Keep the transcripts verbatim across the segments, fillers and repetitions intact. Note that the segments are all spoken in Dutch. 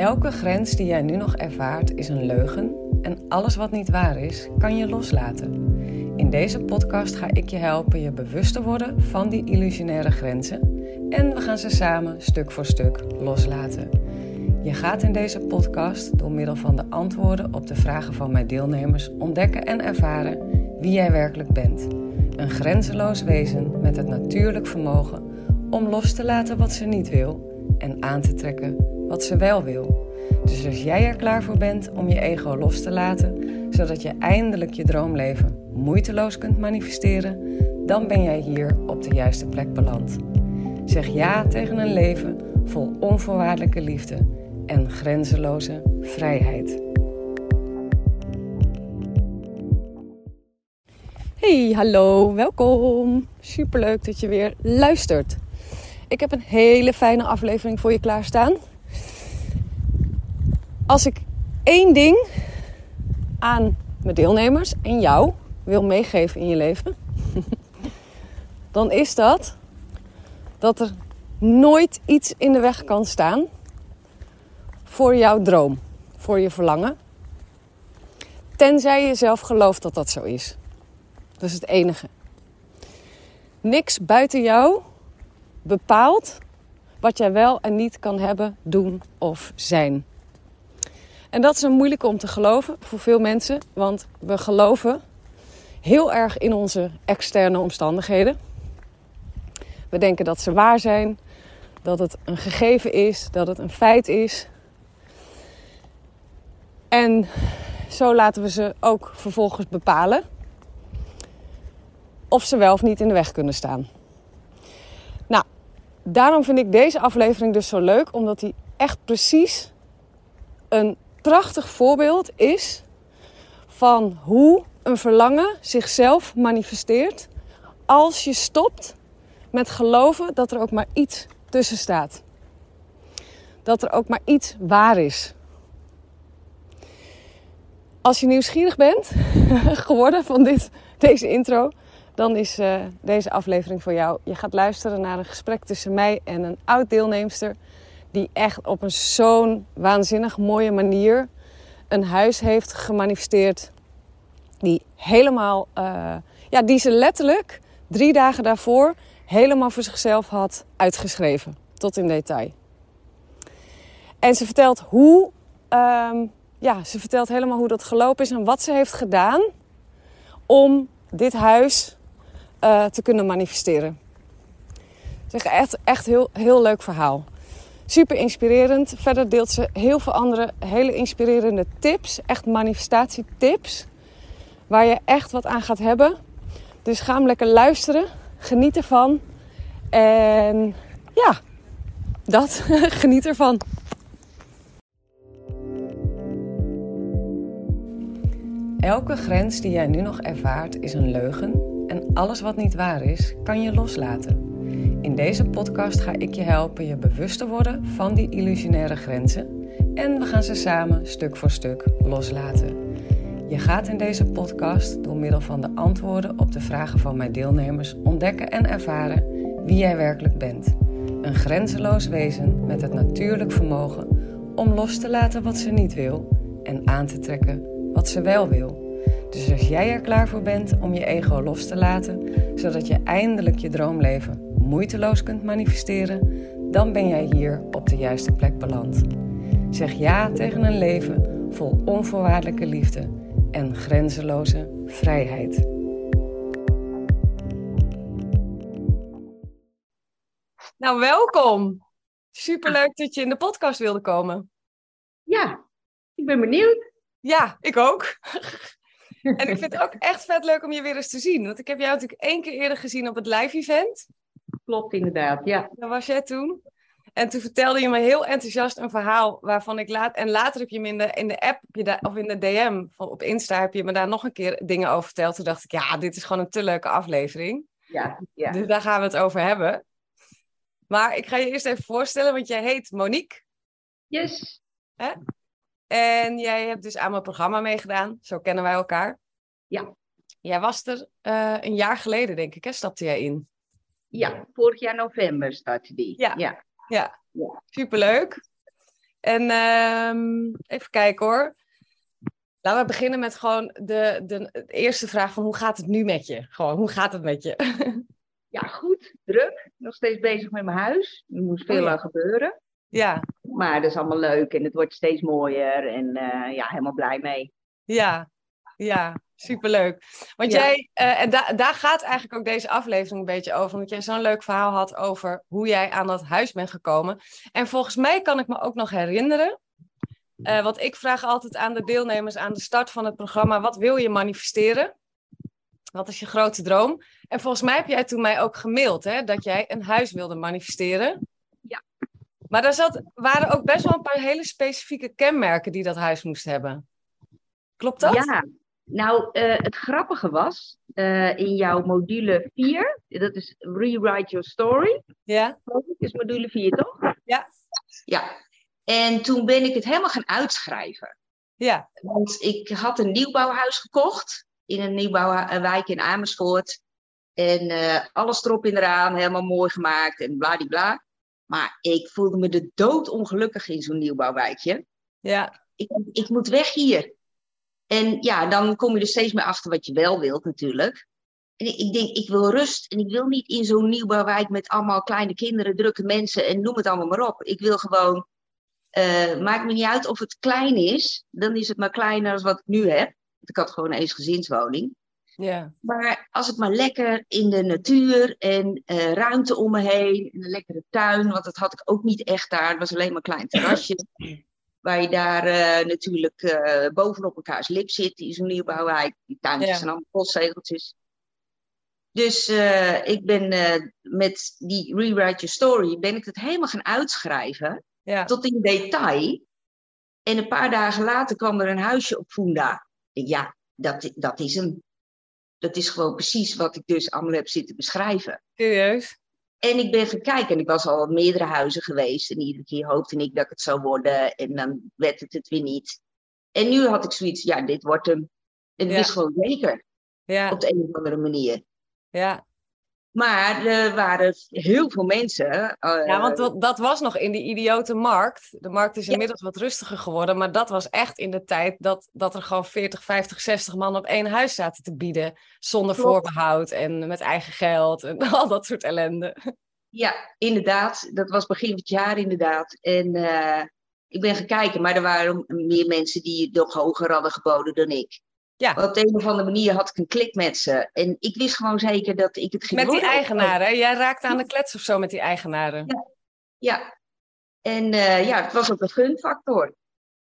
Elke grens die jij nu nog ervaart is een leugen en alles wat niet waar is, kan je loslaten. In deze podcast ga ik je helpen je bewust te worden van die illusionaire grenzen en we gaan ze samen stuk voor stuk loslaten. Je gaat in deze podcast door middel van de antwoorden op de vragen van mijn deelnemers ontdekken en ervaren wie jij werkelijk bent. Een grenzeloos wezen met het natuurlijk vermogen om los te laten wat ze niet wil en aan te trekken wat ze wel wil. Dus als jij er klaar voor bent om je ego los te laten, zodat je eindelijk je droomleven moeiteloos kunt manifesteren, dan ben jij hier op de juiste plek beland. Zeg ja tegen een leven vol onvoorwaardelijke liefde en grenzeloze vrijheid. Hey, hallo, welkom. Superleuk dat je weer luistert. Ik heb een hele fijne aflevering voor je klaarstaan. Als ik één ding aan mijn deelnemers en jou wil meegeven in je leven, dan is dat dat er nooit iets in de weg kan staan voor jouw droom, voor je verlangen, tenzij je zelf gelooft dat dat zo is. Dat is het enige. Niks buiten jou bepaalt wat jij wel en niet kan hebben, doen of zijn. En dat is een moeilijke om te geloven voor veel mensen, want we geloven heel erg in onze externe omstandigheden. We denken dat ze waar zijn, dat het een gegeven is, dat het een feit is. En zo laten we ze ook vervolgens bepalen of ze wel of niet in de weg kunnen staan. Nou, daarom vind ik deze aflevering dus zo leuk, omdat die echt precies een prachtig voorbeeld is van hoe een verlangen zichzelf manifesteert als je stopt met geloven dat er ook maar iets tussen staat. Dat er ook maar iets waar is. Als je nieuwsgierig bent geworden van dit, deze intro, dan is uh, deze aflevering voor jou. Je gaat luisteren naar een gesprek tussen mij en een oud deelnemster die echt op een zo'n waanzinnig mooie manier een huis heeft gemanifesteerd. Die helemaal, uh, ja, die ze letterlijk drie dagen daarvoor helemaal voor zichzelf had uitgeschreven. Tot in detail. En ze vertelt hoe, um, ja, ze vertelt helemaal hoe dat gelopen is en wat ze heeft gedaan om dit huis uh, te kunnen manifesteren. Het is echt, echt heel, heel leuk verhaal. Super inspirerend. Verder deelt ze heel veel andere hele inspirerende tips. Echt manifestatietips. Waar je echt wat aan gaat hebben. Dus ga hem lekker luisteren. Geniet ervan. En ja, dat. Geniet ervan. Elke grens die jij nu nog ervaart is een leugen. En alles wat niet waar is, kan je loslaten. In deze podcast ga ik je helpen je bewust te worden van die illusionaire grenzen. En we gaan ze samen stuk voor stuk loslaten. Je gaat in deze podcast door middel van de antwoorden op de vragen van mijn deelnemers ontdekken en ervaren wie jij werkelijk bent. Een grenzeloos wezen met het natuurlijk vermogen om los te laten wat ze niet wil en aan te trekken wat ze wel wil. Dus als jij er klaar voor bent om je ego los te laten, zodat je eindelijk je droomleven moeiteloos kunt manifesteren, dan ben jij hier op de juiste plek beland. Zeg ja tegen een leven vol onvoorwaardelijke liefde en grenzeloze vrijheid. Nou, welkom! Superleuk dat je in de podcast wilde komen. Ja, ik ben benieuwd. Ja, ik ook. En ik vind het ook echt vet leuk om je weer eens te zien. Want ik heb jou natuurlijk één keer eerder gezien op het live event. Klopt, inderdaad, ja. Daar was jij toen. En toen vertelde je me heel enthousiast een verhaal waarvan ik laat... En later heb je me in de, in de app je daar, of in de D M van, op Insta heb je me daar nog een keer dingen over verteld. Toen dacht ik, ja, dit is gewoon een te leuke aflevering. Ja, ja. Dus daar gaan we het over hebben. Maar ik ga je eerst even voorstellen, want jij heet Monique. Yes. Hè? En jij hebt dus aan mijn programma meegedaan. Zo kennen wij elkaar. Ja. Jij was er uh, een jaar geleden, denk ik, hè? Stapte jij in? Ja, vorig jaar november startte die. Ja, ja. ja. ja. Superleuk. En um, even kijken hoor. Laten we beginnen met gewoon de, de, de eerste vraag van hoe gaat het nu met je? Gewoon, hoe gaat het met je? Ja, goed. Druk. Nog steeds bezig met mijn huis. Er moet veel Oh ja. aan gebeuren. Ja. Maar dat is allemaal leuk en het wordt steeds mooier. En uh, ja, helemaal blij mee. Ja, ja. Superleuk. Want Ja. jij, uh, en da- daar gaat eigenlijk ook deze aflevering een beetje over. Omdat jij zo'n leuk verhaal had over hoe jij aan dat huis bent gekomen. En volgens mij kan ik me ook nog herinneren. Uh, want ik vraag altijd aan de deelnemers aan de start van het programma. Wat wil je manifesteren? Wat is je grote droom? En volgens mij heb jij toen mij ook gemaild. Hè, dat jij een huis wilde manifesteren. Ja. Maar daar zat, waren ook best wel een paar hele specifieke kenmerken die dat huis moest hebben. Klopt dat? Ja. Nou, uh, het grappige was, uh, in jouw module vier, dat is Rewrite Your Story. Ja. Dat is module vier, toch? Ja. Ja. En toen ben ik het helemaal gaan uitschrijven. Ja. Want ik had een nieuwbouwhuis gekocht in een nieuwbouwwijk in Amersfoort. En uh, alles erop en eraan, helemaal mooi gemaakt en bladibla. Maar ik voelde me de dood ongelukkig in zo'n nieuwbouwwijkje. Ja. Ik, ik moet weg hier. En ja, dan kom je er steeds meer achter wat je wel wilt natuurlijk. En ik, ik denk, ik wil rust en ik wil niet in zo'n nieuwbouwwijk met allemaal kleine kinderen, drukke mensen en noem het allemaal maar op. Ik wil gewoon, uh, maakt me niet uit of het klein is, dan is het maar kleiner dan wat ik nu heb. Ik had gewoon een eensgezinswoning. Ja. Maar als het maar lekker in de natuur en uh, ruimte om me heen en een lekkere tuin, want dat had ik ook niet echt daar, het was alleen maar een klein terrasje. Waar je daar uh, natuurlijk uh, bovenop elkaars lip zit, in zo'n nieuwbouwwijk. Die tuintjes Ja. zijn allemaal postzegeltjes. Dus uh, ik ben uh, met die Rewrite Your Story, ben ik het helemaal gaan uitschrijven. Ja. Tot in detail. En een paar dagen later kwam er een huisje op Funda. En ja, dat, dat is hem. Dat is gewoon precies wat ik dus allemaal heb zitten beschrijven. Serieus? En ik ben gaan kijken en ik was al op meerdere huizen geweest. En iedere keer hoopte ik dat het zou worden. En dan werd het het weer niet. En nu had ik zoiets, ja, dit wordt hem. En het Ja. is gewoon zeker. Ja. Op de een of andere manier. Ja. Maar er waren heel veel mensen. Uh, Ja, want dat, dat was nog in die idiote markt. De markt is Ja. inmiddels wat rustiger geworden. Maar dat was echt in de tijd dat, dat er gewoon veertig, vijftig, zestig man op één huis zaten te bieden. Zonder Klopt. voorbehoud en met eigen geld en al dat soort ellende. Ja, inderdaad. Dat was begin van het jaar inderdaad. En uh, ik ben gaan kijken. Maar er waren meer mensen die het nog hoger hadden geboden dan ik. Ja. Maar op de een of andere manier had ik een klik met ze. En ik wist gewoon zeker dat ik het ging Met die worden. eigenaren, hè? Jij raakte aan de klets of zo met die eigenaren. Ja. Ja. En uh, ja, het was ook een gunfactor.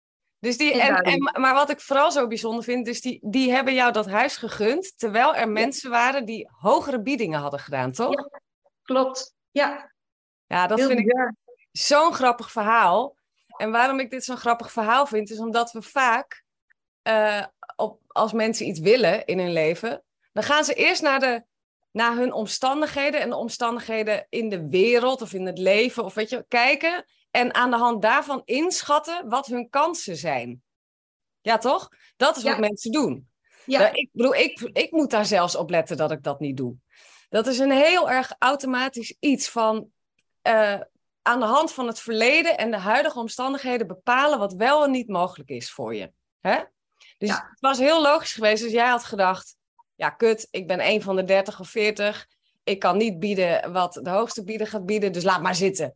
Dus die, En en, daarom- en, maar wat ik vooral zo bijzonder vind, dus die, die hebben jou dat huis gegund, terwijl er mensen waren die hogere biedingen hadden gedaan, toch? Ja. Klopt. Ja, Ja, dat heel vind ik bizar. zo'n grappig verhaal. En waarom ik dit zo'n grappig verhaal vind, is omdat we vaak, uh, op, als mensen iets willen in hun leven, dan gaan ze eerst naar, de, naar hun omstandigheden en de omstandigheden in de wereld of in het leven, of weet je, kijken en aan de hand daarvan inschatten wat hun kansen zijn. Ja, toch? Dat is Ja. wat mensen doen. Ja. Nou, ik bedoel, ik, ik moet daar zelfs op letten dat ik dat niet doe. Dat is een heel erg automatisch iets van uh, aan de hand van het verleden en de huidige omstandigheden bepalen wat wel en niet mogelijk is voor je. Hè? Dus Ja. het was heel logisch geweest als jij had gedacht, ja kut, ik ben een van de dertig of veertig, ik kan niet bieden wat de hoogste bieder gaat bieden, dus laat maar zitten.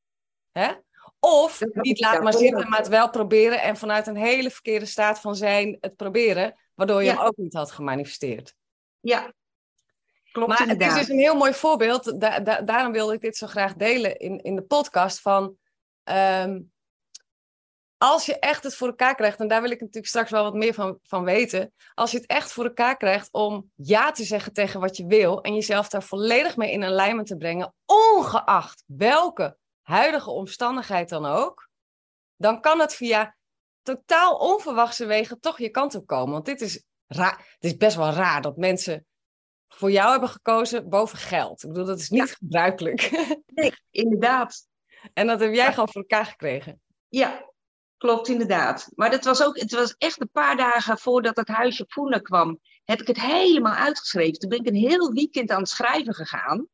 Hè? Of Dat had niet ik laat maar daarvoor zitten, ook. maar het wel proberen en vanuit een hele verkeerde staat van zijn het proberen, waardoor je Ja. hem ook niet had gemanifesteerd. Ja, klopt Maar het inderdaad. is dus een heel mooi voorbeeld, da- da- daarom wilde ik dit zo graag delen in, in de podcast, van um, als je echt het voor elkaar krijgt, en daar wil ik natuurlijk straks wel wat meer van, van weten, als je het echt voor elkaar krijgt om ja te zeggen tegen wat je wil en jezelf daar volledig mee in alignment te brengen, ongeacht welke huidige omstandigheid dan ook, dan kan het via totaal onverwachte wegen toch je kant op komen. Want dit is, raar, het is best wel raar dat mensen voor jou hebben gekozen boven geld. Ik bedoel, dat is niet Ja. gebruikelijk. Nee, inderdaad. En dat heb jij Ja. gewoon voor elkaar gekregen. Ja, klopt inderdaad. Maar dat was ook, het was echt een paar dagen voordat het huisje op Funda kwam, heb ik het helemaal uitgeschreven. Toen ben ik een heel weekend aan het schrijven gegaan.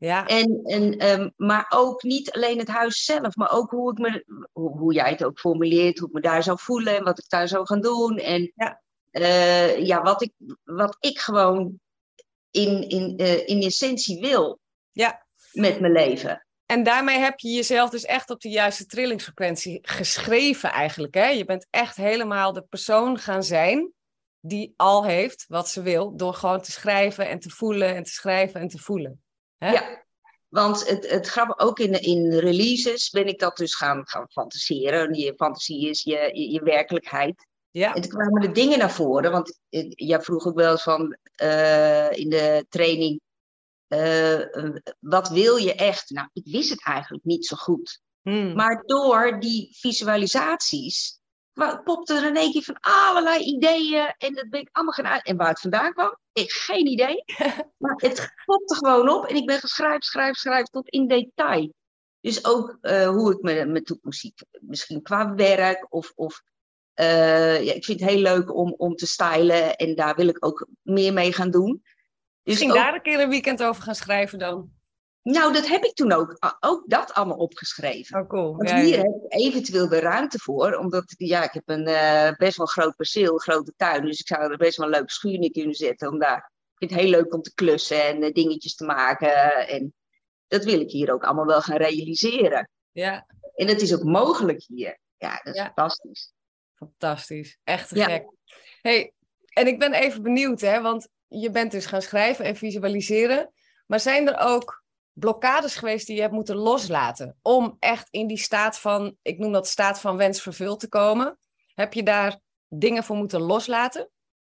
Ja. En, en, um, maar ook niet alleen het huis zelf, maar ook hoe, ik me, hoe, hoe jij het ook formuleert, hoe ik me daar zou voelen en wat ik daar zou gaan doen. En Ja. uh, ja, wat, ik, wat ik gewoon in, in, uh, in essentie wil Ja. met mijn leven. En daarmee heb je jezelf dus echt op de juiste trillingsfrequentie geschreven eigenlijk. Hè? Je bent echt helemaal de persoon gaan zijn die al heeft wat ze wil, door gewoon te schrijven en te voelen en te schrijven en te voelen. Hè? Ja, want het, het grappige, ook in, in releases ben ik dat dus gaan, gaan fantaseren. Je fantasie is je, je, je werkelijkheid. Ja. En toen kwamen de dingen naar voren, want uh, jij vroeg ook wel eens van uh, in de training, uh, uh, wat wil je echt? Nou, ik wist het eigenlijk niet zo goed. Hmm. Maar door die visualisaties popte er in één keer van allerlei ideeën. En dat ben ik allemaal gaan uit. En waar het vandaan kwam, ik geen idee. Maar het popte gewoon op. En ik ben geschrijven, schrijven, schrijven tot in detail. Dus ook uh, hoe ik me, me toekomst zie. Misschien qua werk. Of, of uh, ja, ik vind het heel leuk om, om te stylen. En daar wil ik ook meer mee gaan doen. Dus Misschien ook, daar een keer een weekend over gaan schrijven dan. Nou, dat heb ik toen ook, ook dat allemaal opgeschreven. Oh, cool. Want ja, hier ja. heb ik eventueel de ruimte voor, omdat ja, ik heb een uh, best wel groot perceel, een grote tuin, dus ik zou er best wel een leuke schuur in kunnen zetten. Om daar, ik vind het heel leuk om te klussen en uh, dingetjes te maken. En dat wil ik hier ook allemaal wel gaan realiseren. Ja. En dat is ook mogelijk hier. Ja, dat is Ja. fantastisch. Fantastisch. Echt te Ja. gek. Hey, en ik ben even benieuwd, hè, want je bent dus gaan schrijven en visualiseren. Maar zijn er ook blokkades geweest die je hebt moeten loslaten om echt in die staat van, ik noem dat staat van wens vervuld te komen? Heb je daar dingen voor moeten loslaten?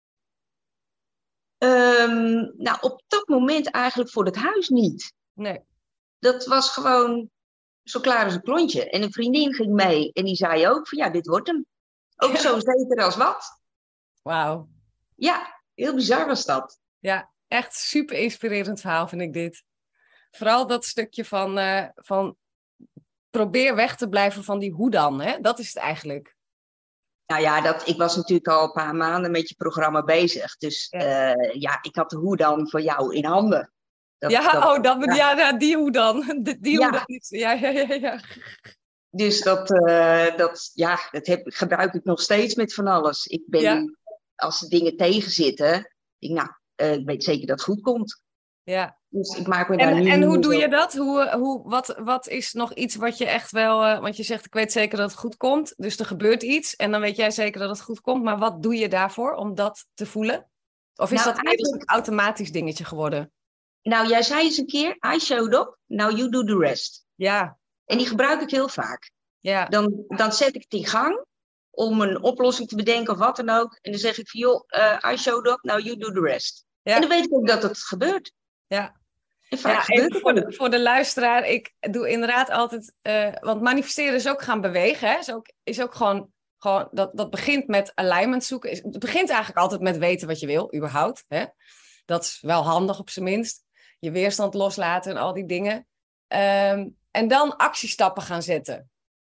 Um, nou, op dat moment eigenlijk voor het huis niet. Nee. Dat was gewoon zo klaar als een klontje. En een vriendin ging mee en die zei ook van ja, dit wordt hem. Ook Ja. zo zeker als wat. Wauw. Ja, heel bizar was dat. Ja, echt super inspirerend verhaal vind ik dit. Vooral dat stukje van, uh, van probeer weg te blijven van die hoe dan, hè? Dat is het eigenlijk. Nou ja, dat, ik was natuurlijk al een paar maanden met je programma bezig. Dus ja, uh, ja ik had de hoe dan voor jou in handen. Dat, ja, dat, oh, dat, ja. Ja, ja, die hoe dan. Die, die ja. hoe dan is, ja, ja, ja, ja. Dus dat, uh, dat, ja, dat heb, gebruik ik nog steeds met van alles. Ik ben, ja. als er dingen tegenzitten, denk nou, uh, ik weet zeker dat het goed komt. Ja. Dus ik maak me en daar nu en hoe doe zo... je dat? Hoe, hoe, wat, wat is nog iets wat je echt wel... Uh, want je zegt, ik weet zeker dat het goed komt. Dus er gebeurt iets. En dan weet jij zeker dat het goed komt. Maar wat doe je daarvoor om dat te voelen? Of is nou, dat eigenlijk een automatisch dingetje geworden? Nou, jij zei eens een keer, I showed up, now you do the rest. Ja. En die gebruik ik heel vaak. Ja. Dan, dan zet ik het in gang om een oplossing te bedenken of wat dan ook. En dan zeg ik van, joh, uh, I showed up, now you do the rest. Ja. En dan weet ik ook dat het gebeurt. Ja. En vaak ja, gebeurt voor, de, voor de luisteraar, ik doe inderdaad altijd... Uh, want manifesteren is ook gaan bewegen. Hè? Is, ook, is ook gewoon... gewoon dat, dat begint met alignment zoeken. Is, het begint eigenlijk altijd met weten wat je wil, überhaupt. Hè? Dat is wel handig op zijn minst. Je weerstand loslaten en al die dingen. Um, en dan actiestappen gaan zetten.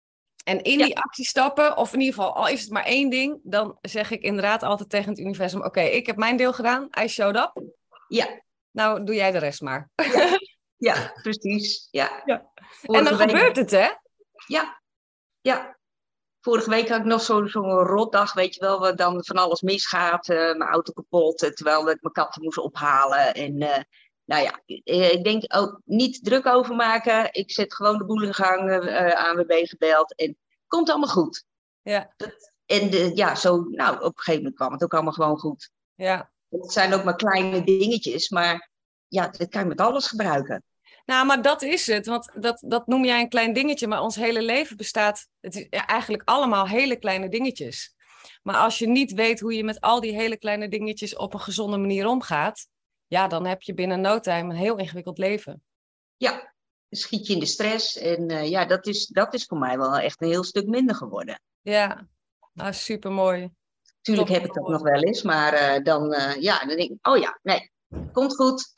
En in ja. die actiestappen, of in ieder geval, al is het maar één ding... dan zeg ik inderdaad altijd tegen het universum... oké, okay, ik heb mijn deel gedaan, I showed up. Ja. Nou, doe jij de rest maar. Ja, ja precies. Ja. Ja. En dan week... gebeurt het, hè? Ja, ja. Vorige week had ik nog zo'n zo rotdag, weet je wel, waar dan van alles misgaat. Uh, mijn auto kapot, uh, terwijl ik mijn katten moest ophalen. En uh, nou ja, uh, ik denk ook niet druk over maken. Ik zet gewoon de boel in gang, uh, A N W B gebeld en komt allemaal goed. Ja. Dat, en de, ja, zo, nou, op een gegeven moment kwam het ook allemaal gewoon goed. Ja. Het zijn ook maar kleine dingetjes, maar ja, dat kan je met alles gebruiken. Nou, maar dat is het, want dat, dat noem jij een klein dingetje, maar ons hele leven bestaat, het is eigenlijk allemaal hele kleine dingetjes. Maar als je niet weet hoe je met al die hele kleine dingetjes op een gezonde manier omgaat, ja, dan heb je binnen no time een heel ingewikkeld leven. Ja, dan schiet je in de stress en uh, ja, dat is, dat is voor mij wel echt een heel stuk minder geworden. Ja, nou, supermooi. Tuurlijk heb ik dat nog wel eens, maar uh, dan, uh, ja, dan denk ik, oh ja, nee, komt goed.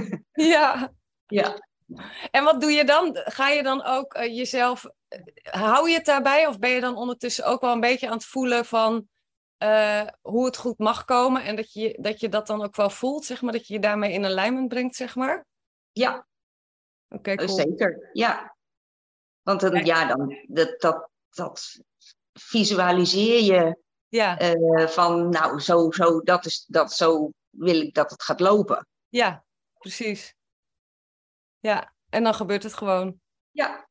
Ja. Ja. En wat doe je dan? Ga je dan ook uh, jezelf... Uh, hou je het daarbij? Of ben je dan ondertussen ook wel een beetje aan het voelen van... Uh, hoe het goed mag komen? En dat je, dat je dat dan ook wel voelt, zeg maar? Dat je je daarmee in alignment brengt, zeg maar? Ja. Oké, Uh, cool. zeker, ja. Want dan, ja, dan, dat, dat, dat visualiseer je Ja, uh, van, nou, zo, zo, dat is, dat, zo wil ik dat het gaat lopen. ja, precies. Ja, en dan gebeurt het gewoon. Ja,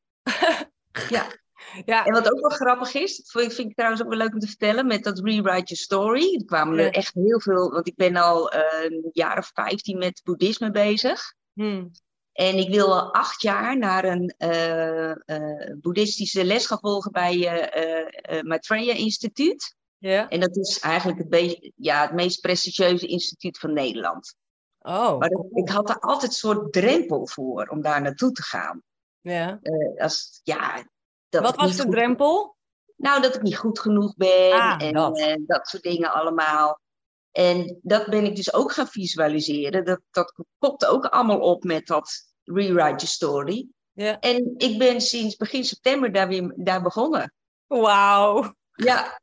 ja. Ja. En wat ook wel grappig is, dat vind ik trouwens ook wel leuk om te vertellen, met dat Rewrite Your Story. Er kwamen Ja. er echt heel veel, want ik ben al uh, een jaar of vijftien met boeddhisme bezig. Hmm. En ik wil al acht jaar naar een uh, uh, boeddhistische les gaan volgen bij uh, uh, Maitreya Instituut. Ja. En dat is eigenlijk het, be- ja, het meest prestigieuze instituut van Nederland. Oh. Maar dat, ik had daar altijd een soort drempel voor om daar naartoe te gaan. Ja. Uh, als, ja, dat Wat was de goed... drempel? Nou, dat ik niet goed genoeg ben ah, en dat. Uh, dat soort dingen allemaal. En dat ben ik dus ook gaan visualiseren. Dat, dat popt ook allemaal op met dat Rewrite Your Story. Ja. En ik ben sinds begin september daar weer daar begonnen. Wauw. Ja.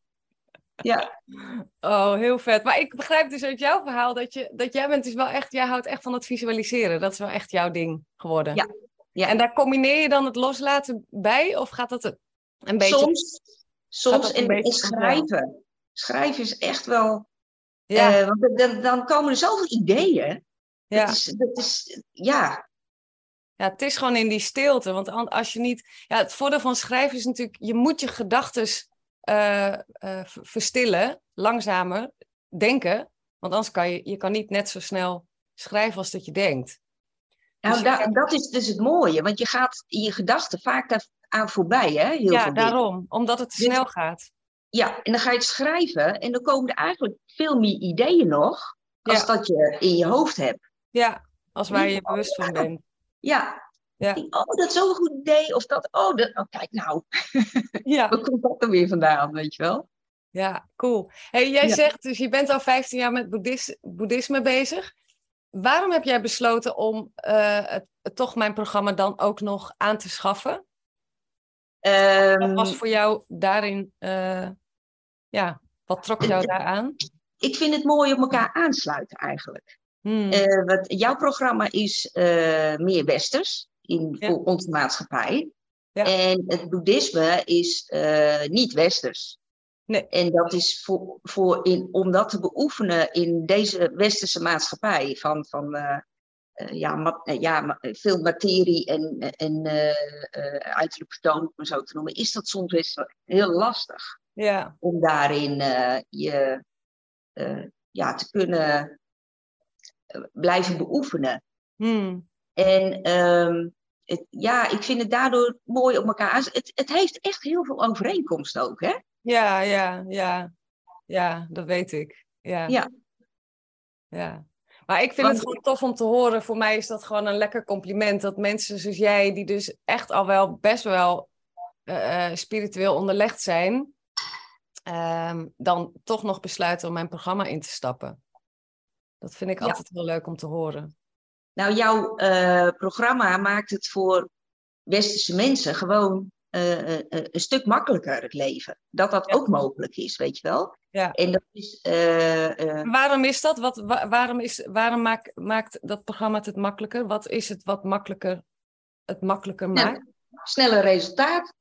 Ja. Oh, heel vet. Maar ik begrijp dus uit jouw verhaal dat, je, dat jij bent dus wel echt, jij houdt echt van het visualiseren. Dat is wel echt jouw ding geworden. Ja. Ja. En daar combineer je dan het loslaten bij? Of gaat dat een beetje... Soms, soms en, beetje en schrijven. Schrijven is echt wel... Ja. Uh, want dan, dan komen er zoveel ideeën. Ja. Dat is, dat is, ja. Ja, het is gewoon in die stilte. Want als je niet... Ja, het voordeel van schrijven is natuurlijk... Je moet je gedachten uh, uh, verstillen. Langzamer denken. Want anders kan je... Je kan niet net zo snel schrijven als dat je denkt. Nou, dus da, kan... dat is dus het mooie. Want je gaat in je gedachten vaak daar aan voorbij, hè? Heel ja, veel daarom. dingen. Omdat het te dus, snel gaat. Ja, en dan ga je het schrijven. En dan komen er eigenlijk veel meer ideeën nog. Als ja. dat je in je hoofd hebt. Ja, als waar je je bewust van bent. Ja. ja. Denk, oh, dat is zo'n goed idee. Of dat, oh, dat, oh kijk nou. Ja. Waar komt dat er weer vandaan, weet je wel? Ja, cool. Hey, jij ja. zegt dus, je bent al vijftien jaar met boeddhis, boeddhisme bezig. Waarom heb jij besloten om uh, het, het, toch mijn programma dan ook nog aan te schaffen? Um, wat was voor jou daarin, uh, ja, wat trok jou daar aan? Ik vind het mooi op elkaar aansluiten eigenlijk. Hmm. Uh, wat, jouw programma is uh, meer westers in, ja. voor onze maatschappij. Ja. En het boeddhisme is uh, niet westers. Nee. En dat is voor, voor in, om dat te beoefenen in deze westerse maatschappij. Van, van uh, uh, ja, ma, uh, ja ma, veel materie en, en uh, uh, uiterlijk vertoon, om het zo te noemen. Is dat soms best heel lastig. Ja. Om daarin uh, je uh, ja, te kunnen uh, blijven beoefenen. Hmm. En um, het, ja, ik vind het daardoor mooi op elkaar. Het, het heeft echt heel veel overeenkomst ook, hè? Ja, ja, ja. Ja, dat weet ik. Ja. Ja. ja. Maar ik vind Want... het gewoon tof om te horen. Voor mij is dat gewoon een lekker compliment. Dat mensen zoals jij, die dus echt al wel best wel uh, spiritueel onderlegd zijn, uh, dan toch nog besluiten om mijn programma in te stappen. Dat vind ik altijd ja. heel leuk om te horen. Nou, jouw uh, programma maakt het voor westerse mensen gewoon uh, uh, een stuk makkelijker, het leven. Dat dat ja. ook mogelijk is, weet je wel. Ja. En dat is, uh, uh... Waarom is dat? Wat, wa- waarom is, waarom maak, maakt dat programma het makkelijker? Wat is het wat makkelijker, het makkelijker maakt? Ja. Sneller resultaat.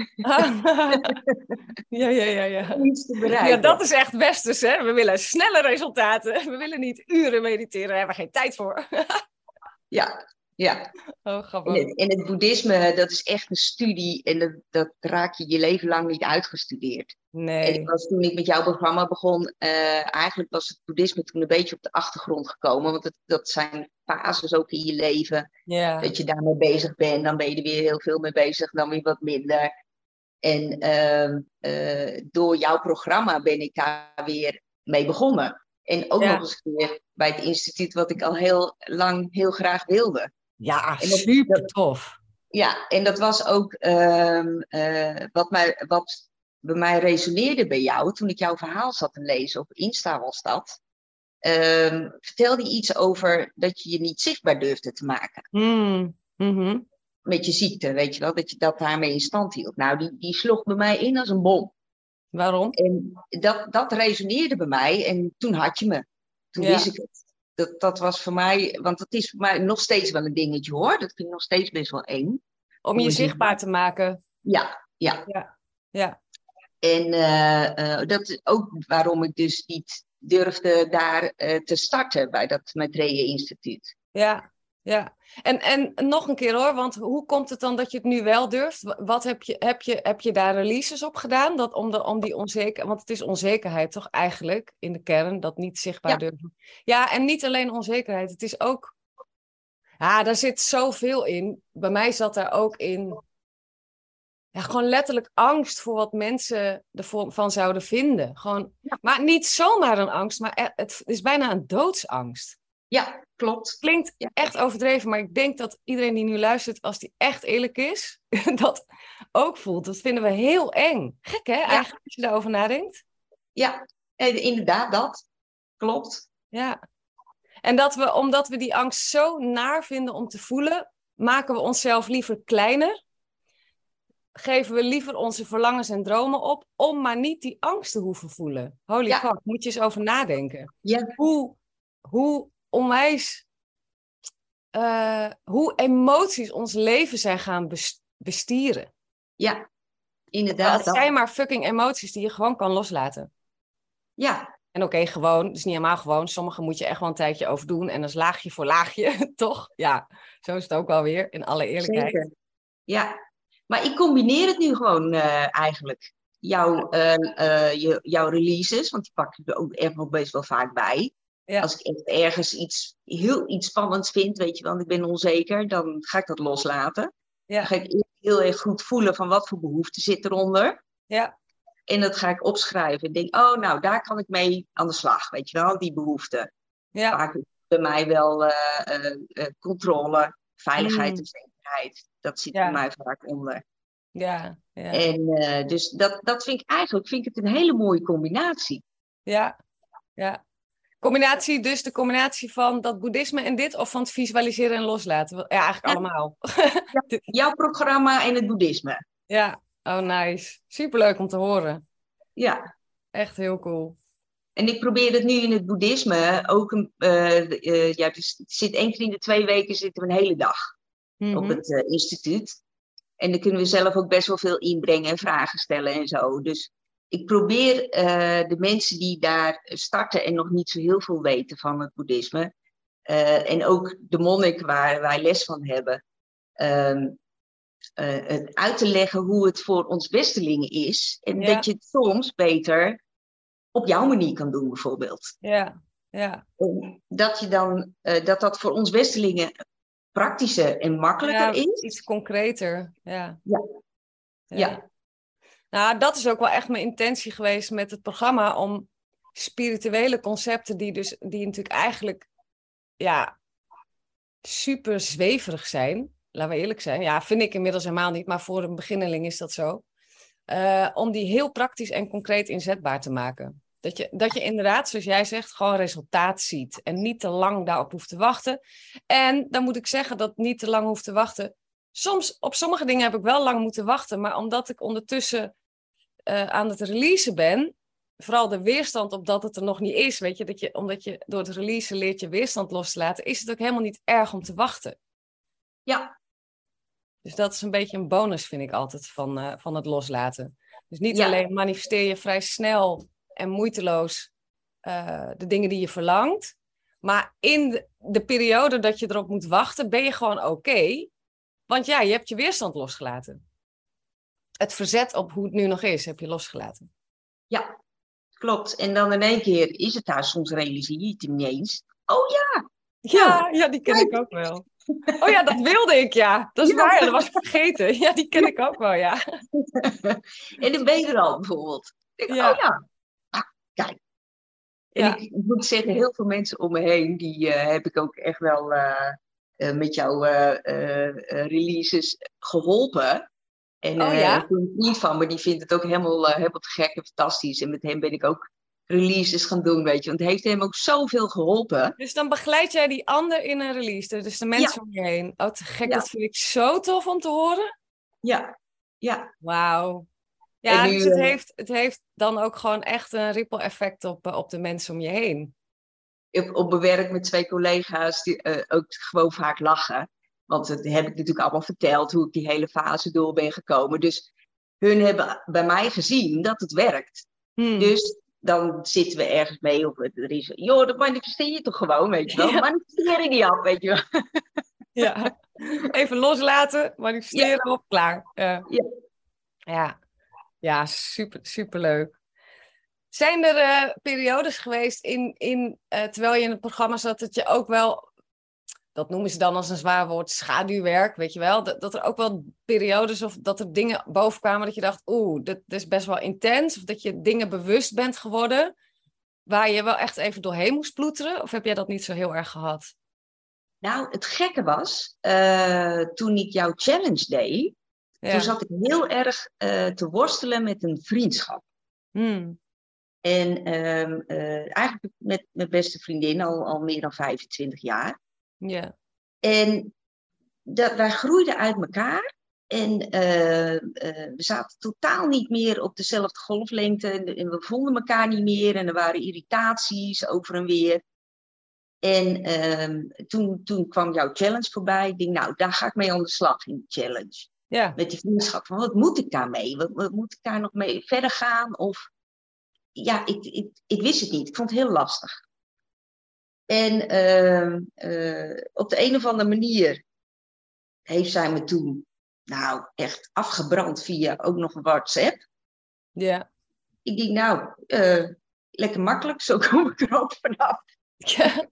ja, ja, ja, ja. Iets te bereiken. Ja, dat is echt westers, hè? We willen snelle resultaten. We willen niet uren mediteren, daar hebben we geen tijd voor. ja, ja. Oh, grappig. En het, en het boeddhisme, dat is echt een studie en dat, dat raak je je leven lang niet uitgestudeerd. Nee. En ik was, toen ik met jouw programma begon, uh, eigenlijk was het boeddhisme toen een beetje op de achtergrond gekomen. Want het, dat zijn fases ook in je leven. Ja. Dat je daarmee bezig bent, dan ben je er weer heel veel mee bezig, dan weer wat minder. En uh, uh, door jouw programma ben ik daar weer mee begonnen. En ook ja. nog eens weer bij het instituut wat ik al heel lang heel graag wilde. Ja, dat, super tof. Ja, en dat was ook uh, uh, wat, mij, wat bij mij resoneerde bij jou. Toen ik jouw verhaal zat te lezen, op Insta was dat. Uh, vertelde je iets over dat je je niet zichtbaar durfde te maken. Mm. Mm-hmm. Met je ziekte, weet je wel. Dat je dat daarmee in stand hield. Nou, die, die sloeg bij mij in als een bom. Waarom? En dat, dat resoneerde bij mij. En toen had je me. Toen ja. wist ik het. dat, dat was voor mij, want dat is voor mij nog steeds wel een dingetje hoor. Dat vind ik nog steeds best wel eng. Om je zichtbaar te maken. Ja, ja. Ja, ja. En uh, uh, dat is ook waarom ik dus niet durfde daar uh, te starten bij dat Maitreya Instituut. Ja, ja. En, en nog een keer hoor, want hoe komt het dan dat je het nu wel durft? Wat heb je, heb je, heb je daar releases op gedaan? Dat om, de, om die onzekerheid, want het is onzekerheid toch eigenlijk in de kern, dat niet zichtbaar Ja. durven. Ja, en niet alleen onzekerheid, het is ook, ja, daar zit zoveel in. Bij mij zat daar ook in, ja, gewoon letterlijk angst voor wat mensen ervan zouden vinden. Gewoon, Ja. Maar niet zomaar een angst, maar het is bijna een doodsangst. Ja, klopt. Klinkt ja. echt overdreven, maar ik denk dat iedereen die nu luistert, als die echt eerlijk is, dat ook voelt. Dat vinden we heel eng. Gek hè, ja. Eigenlijk als je daarover nadenkt. Ja, inderdaad, dat. Klopt. Ja. En dat we, omdat we die angst zo naar vinden om te voelen, maken we onszelf liever kleiner. Geven we liever onze verlangens en dromen op, om maar niet die angst te hoeven voelen. Holy ja. fuck, moet je eens over nadenken. Ja. Hoe, hoe onwijs... Uh, hoe emoties ons leven zijn gaan bestieren. Ja, inderdaad. Het zijn maar fucking emoties die je gewoon kan loslaten. Ja. En oké, okay, gewoon, het is niet helemaal gewoon. Sommige moet je echt wel een tijdje over doen. En dat is laagje voor laagje, toch? Ja, zo is het ook wel weer, in alle eerlijkheid. Zeker. Ja, maar ik combineer het nu gewoon uh, eigenlijk. Jouw, uh, uh, je, jouw releases, want die pak ik er ook echt nog best wel vaak bij. Ja. Als ik echt ergens iets, heel iets spannends vind, weet je wel, ik ben onzeker, dan ga ik dat loslaten. Ja. Dan ga ik heel erg goed voelen van wat voor behoefte zit eronder. Ja. En dat ga ik opschrijven. En denk, oh, nou, daar kan ik mee aan de slag, weet je wel, die behoefte. Ja. Vaak is bij mij wel uh, uh, uh, controle, veiligheid mm. en zekerheid. Dat zit ja. bij mij vaak onder. Ja, ja. En uh, dus dat, dat vind ik eigenlijk vind ik het een hele mooie combinatie. Ja, ja. Combinatie, dus de combinatie van dat boeddhisme en dit, of van het visualiseren en loslaten? Ja, eigenlijk ja. allemaal. Ja, jouw programma en het boeddhisme. Ja, oh nice. Superleuk om te horen. Ja. Echt heel cool. En ik probeer het nu in het boeddhisme ook, een, uh, uh, ja, dus het zit één keer in de twee weken zitten we een hele dag mm-hmm. op het uh, instituut. En dan kunnen we zelf ook best wel veel inbrengen en vragen stellen en zo. Dus ik probeer uh, de mensen die daar starten en nog niet zo heel veel weten van het boeddhisme. Uh, en ook de monnik waar wij les van hebben. Um, uh, het uit te leggen hoe het voor ons bestelingen is. En ja. dat je het soms beter op jouw manier kan doen bijvoorbeeld. Ja, ja. En dat je dan, uh, dat dat voor ons bestelingen praktischer en makkelijker ja, is. Iets concreter, ja. Ja. ja. ja. Nou, dat is ook wel echt mijn intentie geweest met het programma, om spirituele concepten die dus, die natuurlijk eigenlijk, ja, super zweverig zijn. Laten we eerlijk zijn. Ja, vind ik inmiddels helemaal niet, maar voor een beginneling is dat zo. Uh, om die heel praktisch en concreet inzetbaar te maken. Dat je, dat je inderdaad, zoals jij zegt, gewoon resultaat ziet. En niet te lang daarop hoeft te wachten. En dan moet ik zeggen dat niet te lang hoeft te wachten. Soms, op sommige dingen heb ik wel lang moeten wachten. Maar omdat ik ondertussen uh, aan het releasen ben, vooral de weerstand op dat het er nog niet is, weet je, dat je, omdat je door het releasen leert je weerstand los te laten, is het ook helemaal niet erg om te wachten. Ja. Dus dat is een beetje een bonus, vind ik altijd, van, uh, van het loslaten. Dus niet ja. alleen manifesteer je vrij snel en moeiteloos uh, de dingen die je verlangt, maar in de, de periode dat je erop moet wachten, ben je gewoon oké. Okay, want ja, je hebt je weerstand losgelaten. Het verzet op hoe het nu nog is, heb je losgelaten. Ja, klopt. En dan in één keer is het daar, soms realiseer je het niet eens. Oh ja! Ja, ja, die ken Kijk. ik ook wel. Oh ja, dat wilde ik, ja. Dat is ja. waar, dat was ik vergeten. Ja, die ken ja. ik ook wel, ja. En dan ben je er al, bijvoorbeeld. Ik, ja. Oh ja, ah, kijk. En ja. ik, ik moet zeggen, heel veel mensen om me heen, die uh, heb ik ook echt wel uh, uh, met jouw uh, uh, releases geholpen. En uh, oh, ja? ik vind niet van, maar die vindt het ook helemaal, uh, helemaal te gek en fantastisch. En met hem ben ik ook releases gaan doen, weet je. Want het heeft hem ook zoveel geholpen. Dus dan begeleid jij die ander in een release. Dus de mensen ja. om je heen. Oh, te gek. Ja. Dat vind ik zo tof om te horen. Ja. Ja. Wauw. Ja, nu, dus het, uh, heeft, het heeft dan ook gewoon echt een ripple effect op, op de mensen om je heen. op, op mijn werk met twee collega's die uh, ook gewoon vaak lachen. Want dat heb ik natuurlijk allemaal verteld, hoe ik die hele fase door ben gekomen. Dus hun hebben bij mij gezien dat het werkt. Hmm. Dus dan zitten we ergens mee. Of er is, joh, dat manifesteer je toch gewoon, weet je wel. Ja. Manifestering niet af, weet je wel. Ja, even loslaten, manifesteren Ja. op, klaar. Uh, Ja. ja. Ja, super, super leuk. Zijn er uh, periodes geweest in, in uh, terwijl je in het programma zat, dat je ook wel, dat noemen ze dan als een zwaar woord, schaduwwerk, weet je wel, dat, dat er ook wel periodes of dat er dingen bovenkwamen dat je dacht, oeh, dit, dit is best wel intens, of dat je dingen bewust bent geworden, waar je wel echt even doorheen moest ploeteren, of heb jij dat niet zo heel erg gehad? Nou, het gekke was, uh, toen ik jouw challenge deed, ja. Toen zat ik heel erg uh, te worstelen met een vriendschap. Hmm. En uh, uh, eigenlijk met mijn beste vriendin al, al meer dan vijfentwintig jaar. Ja. En dat, wij groeiden uit elkaar. En uh, uh, we zaten totaal niet meer op dezelfde golflengte. En, en we vonden elkaar niet meer. En er waren irritaties over en weer. En uh, toen, toen kwam jouw challenge voorbij. Ik denk, nou, daar ga ik mee aan de slag in de challenge. Ja. Met die vriendschap van, wat moet ik daarmee? Wat, wat moet ik daar nog mee verder gaan? Of ja, ik, ik, ik wist het niet. Ik vond het heel lastig. En uh, uh, op de een of andere manier heeft zij me toen, nou, echt afgebrand via ook nog een WhatsApp. Ja. Ik denk, nou, uh, lekker makkelijk, zo kom ik er ook vanaf. Ja.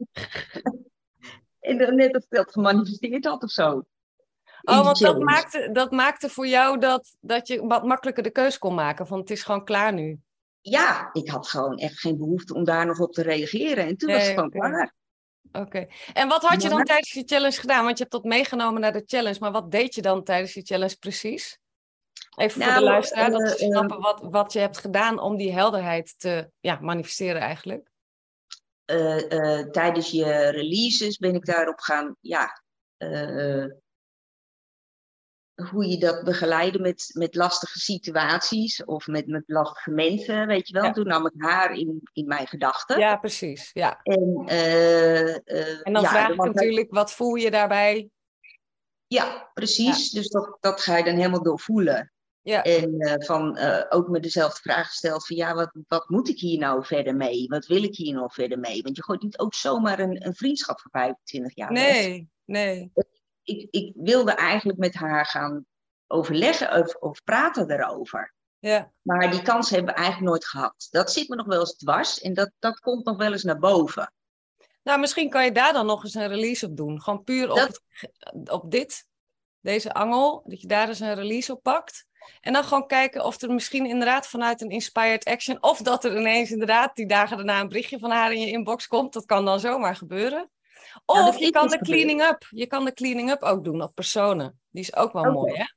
En dan net of dat gemanifesteerd had of zo. Oh, want dat maakte, dat maakte voor jou dat, dat je wat makkelijker de keus kon maken. Van het is gewoon klaar nu. Ja, ik had gewoon echt geen behoefte om daar nog op te reageren. En toen nee, was het gewoon okay. klaar. Oké. Okay. En wat had je dan tijdens je challenge gedaan? Want je hebt dat meegenomen naar de challenge. Maar wat deed je dan tijdens je challenge precies? Even nou, voor de luisteraar, uh, dat ze snappen uh, wat, wat je hebt gedaan om die helderheid te ja, manifesteren eigenlijk. Uh, uh, tijdens je releases ben ik daarop gaan, ja, uh, hoe je dat begeleiden met, met lastige situaties of met, met lastige mensen, weet je wel. Ja. Toen nam ik haar in, in mijn gedachten. Ja, precies, ja. En, uh, uh, en dan ja, vraag ik natuurlijk, hij... wat voel je daarbij? Ja, precies. Ja. Dus dat, dat ga je dan helemaal doorvoelen. Ja. En uh, van, uh, ook me dezelfde vraag gesteld van ja, wat, wat moet ik hier nou verder mee? Wat wil ik hier nog verder mee? Want je gooit niet ook zomaar een, een vriendschap van vijfentwintig jaar weg. Nee, nee. Ik, ik wilde eigenlijk met haar gaan overleggen of, of praten erover. Ja. Maar die kans hebben we eigenlijk nooit gehad. Dat zit me nog wel eens dwars en dat, dat komt nog wel eens naar boven. Nou, misschien kan je daar dan nog eens een release op doen. Gewoon puur op, dat... het, op dit, deze angel, dat je daar eens een release op pakt. En dan gewoon kijken of er misschien inderdaad vanuit een inspired action, of dat er ineens inderdaad die dagen daarna een berichtje van haar in je inbox komt. Dat kan dan zomaar gebeuren. Of nou, je kan de cleaning up. Je kan de cleaning up ook doen op personen. Die is ook wel okay. mooi, hè?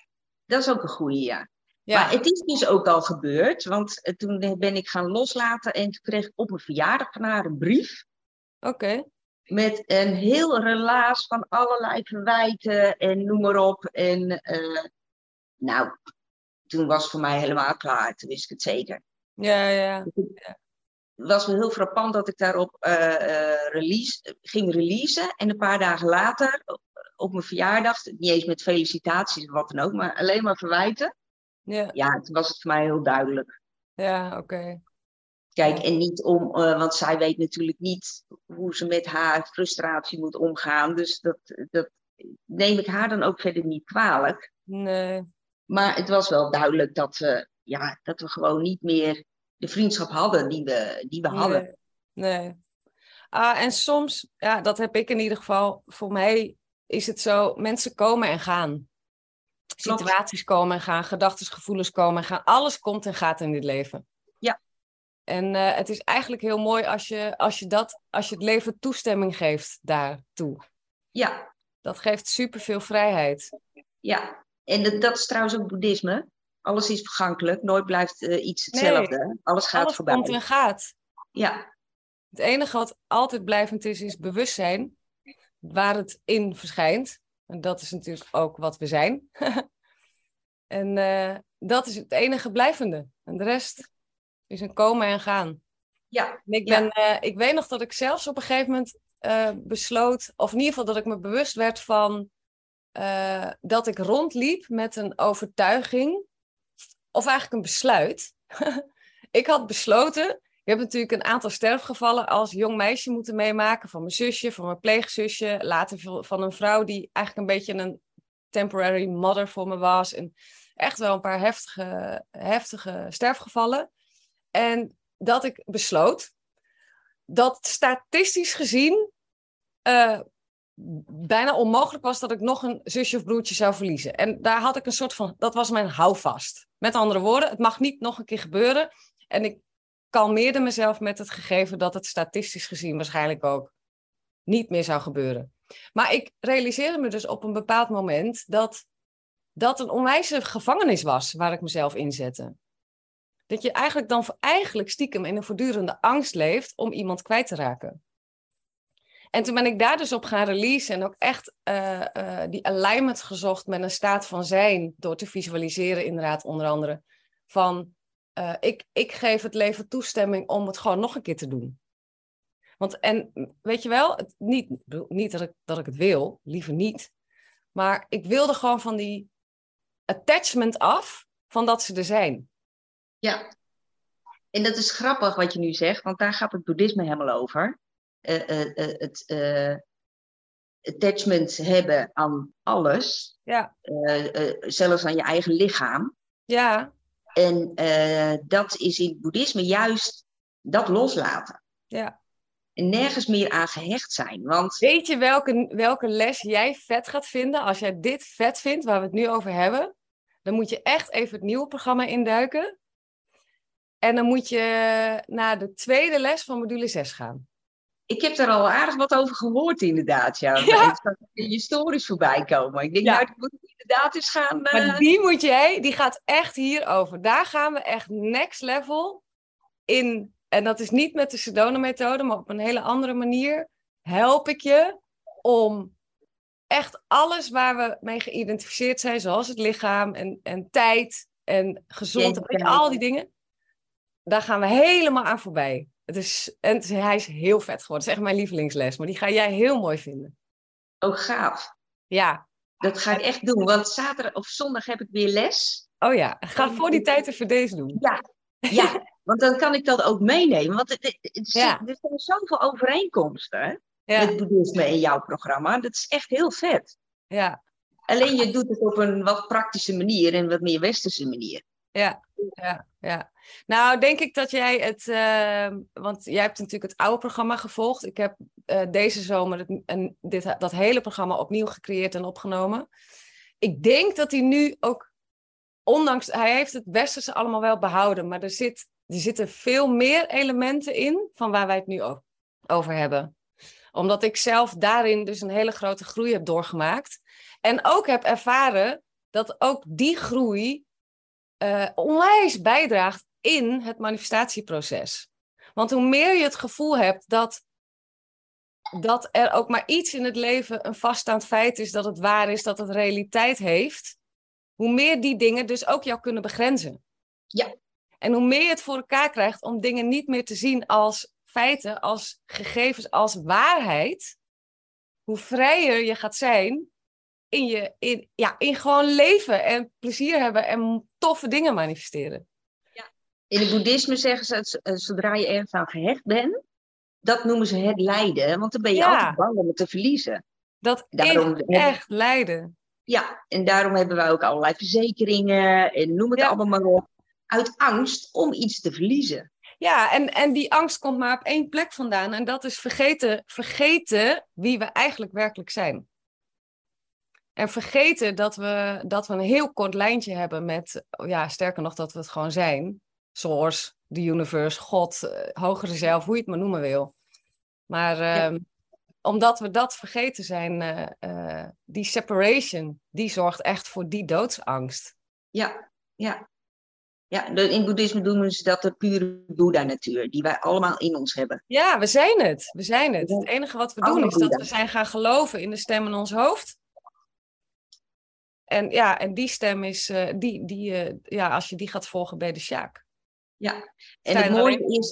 Dat is ook een goeie, ja. ja. Maar het is dus ook al gebeurd. Want uh, toen ben ik gaan loslaten. En toen kreeg ik op mijn verjaardag van haar een brief. Oké. Okay. Met een heel relaas van allerlei verwijten en noem maar op. En uh, nou, toen was het voor mij helemaal klaar. Toen wist ik het zeker. Ja, ja. ja. Het was wel heel frappant dat ik daarop uh, uh, release, ging releasen. En een paar dagen later, op mijn verjaardag, niet eens met felicitaties of wat dan ook, maar alleen maar verwijten. Ja, ja toen was het voor mij heel duidelijk. Ja, oké. Okay. Kijk, en niet om, uh, want zij weet natuurlijk niet hoe ze met haar frustratie moet omgaan. Dus dat, dat neem ik haar dan ook verder niet kwalijk. Nee. Maar het was wel duidelijk dat we, ja, dat we gewoon niet meer de vriendschap hadden die we, die we nee, hadden. Nee. Ah, en soms, ja, dat heb ik in ieder geval, voor mij is het zo, mensen komen en gaan. Klopt. Situaties komen en gaan, gedachten, gevoelens komen en gaan. Alles komt en gaat in dit leven. Ja. En uh, het is eigenlijk heel mooi als je, als je dat, als je het leven toestemming geeft daartoe. Ja. Dat geeft superveel vrijheid. Ja, en dat, dat is trouwens ook boeddhisme. Alles is vergankelijk, nooit blijft uh, iets hetzelfde. Nee, alles gaat alles voorbij. Alles komt en gaat. Ja. Het enige wat altijd blijvend is, is bewustzijn. Waar het in verschijnt. En dat is natuurlijk ook wat we zijn. En uh, dat is het enige blijvende. En de rest is een komen en gaan. Ja, En ik, ja, ben, uh, ik weet nog dat ik zelfs op een gegeven moment uh, besloot, of in ieder geval dat ik me bewust werd van uh, dat ik rondliep met een overtuiging, of eigenlijk een besluit. Ik had besloten, ik heb natuurlijk een aantal sterfgevallen als jong meisje moeten meemaken, van mijn zusje, van mijn pleegzusje, later van een vrouw die eigenlijk een beetje een temporary mother voor me was. En echt wel een paar heftige, heftige sterfgevallen. En dat ik besloot dat statistisch gezien uh, bijna onmogelijk was dat ik nog een zusje of broertje zou verliezen. En daar had ik een soort van, dat was mijn houvast. Met andere woorden, het mag niet nog een keer gebeuren. En ik kalmeerde mezelf met het gegeven dat het statistisch gezien waarschijnlijk ook niet meer zou gebeuren. Maar ik realiseerde me dus op een bepaald moment dat dat een onwijze gevangenis was waar ik mezelf inzette. Dat je eigenlijk dan eigenlijk stiekem in een voortdurende angst leeft om iemand kwijt te raken. En toen ben ik daar dus op gaan releasen en ook echt uh, uh, die alignment gezocht met een staat van zijn, door te visualiseren inderdaad onder andere, van uh, ik, ik geef het leven toestemming om het gewoon nog een keer te doen. Want en weet je wel, het, niet, niet dat, ik, dat ik het wil, liever niet, maar ik wilde gewoon van die attachment af, van dat ze er zijn. Ja, en dat is grappig wat je nu zegt, want daar gaat het boeddhisme helemaal over. Uh, uh, uh, het uh, attachment hebben aan alles, ja. uh, uh, zelfs aan je eigen lichaam. Ja. En uh, dat is in het boeddhisme juist dat loslaten. Ja. En nergens meer aan gehecht zijn. Want... Weet je welke, welke les jij vet gaat vinden? Als jij dit vet vindt, waar we het nu over hebben, dan moet je echt even het nieuwe programma induiken. En dan moet je naar de tweede les van module zes gaan. Ik heb er al aardig wat over gehoord inderdaad. Ja. Ja. Het gaat in je stories voorbij komen. Ik denk, ja. nou, dat moet inderdaad eens gaan... Uh... Maar die moet jij, die gaat echt hierover. Daar gaan we echt next level in. En dat is niet met de Sedona-methode, maar op een hele andere manier. Help ik je om echt alles waar we mee geïdentificeerd zijn, zoals het lichaam en, en tijd en gezondheid, weet je, al die dingen. Daar gaan we helemaal aan voorbij. Het is, en het is, hij is heel vet geworden. Het is echt mijn lievelingsles, maar die ga jij heel mooi vinden. Oh, gaaf. Ja. Dat ga ik echt doen, want zaterdag of zondag heb ik weer les. Oh ja, ga voor die tijd even deze doen. Ja, ja, want dan kan ik dat ook meenemen. Want het, het, het, ja. er zijn zoveel overeenkomsten hè, ja. met boeddhisme in jouw programma. Dat is echt heel vet. Ja. Alleen je doet het op een wat praktische manier en wat meer westerse manier. Ja, ja, ja. Nou, denk ik dat jij het... Uh, want jij hebt natuurlijk het oude programma gevolgd. Ik heb uh, deze zomer het, en dit, dat hele programma opnieuw gecreëerd en opgenomen. Ik denk dat hij nu ook... Ondanks... Hij heeft het westerse allemaal wel behouden. Maar er, zit, er zitten veel meer elementen in van waar wij het nu over hebben. Omdat ik zelf daarin dus een hele grote groei heb doorgemaakt. En ook heb ervaren dat ook die groei... Uh, onwijs bijdraagt in het manifestatieproces. Want hoe meer je het gevoel hebt dat, dat er ook maar iets in het leven een vaststaand feit is, dat het waar is, dat het realiteit heeft, hoe meer die dingen dus ook jou kunnen begrenzen. Ja. En hoe meer je het voor elkaar krijgt om dingen niet meer te zien als feiten, als gegevens, als waarheid, hoe vrijer je gaat zijn in je, in, ja, in gewoon leven en plezier hebben en toffe dingen manifesteren. Ja. In het boeddhisme zeggen ze, zodra je ergens aan gehecht bent, dat noemen ze het lijden, want dan ben je ja. altijd bang om het te verliezen. Dat daarom is echt lijden. Ja, en daarom hebben wij ook allerlei verzekeringen en noem het ja. allemaal maar op, uit angst om iets te verliezen. Ja, en, en die angst komt maar op één plek vandaan en dat is vergeten, vergeten wie we eigenlijk werkelijk zijn. En vergeten dat we, dat we een heel kort lijntje hebben met, ja, sterker nog, dat we het gewoon zijn. Source, the universe, God, uh, hogere zelf, hoe je het maar noemen wil. Maar uh, ja. omdat we dat vergeten zijn, uh, uh, die separation, die zorgt echt voor die doodsangst. Ja, ja. Ja, in boeddhisme noemen ze dat de pure Boeddha-natuur, die wij allemaal in ons hebben. Ja, we zijn het. We zijn het. Het enige wat we doen is dat we zijn gaan geloven in de stem in ons hoofd. En ja, en die stem is, uh, die, die, uh, ja, als je die gaat volgen bij de Sjaak. Ja, en het mooie is,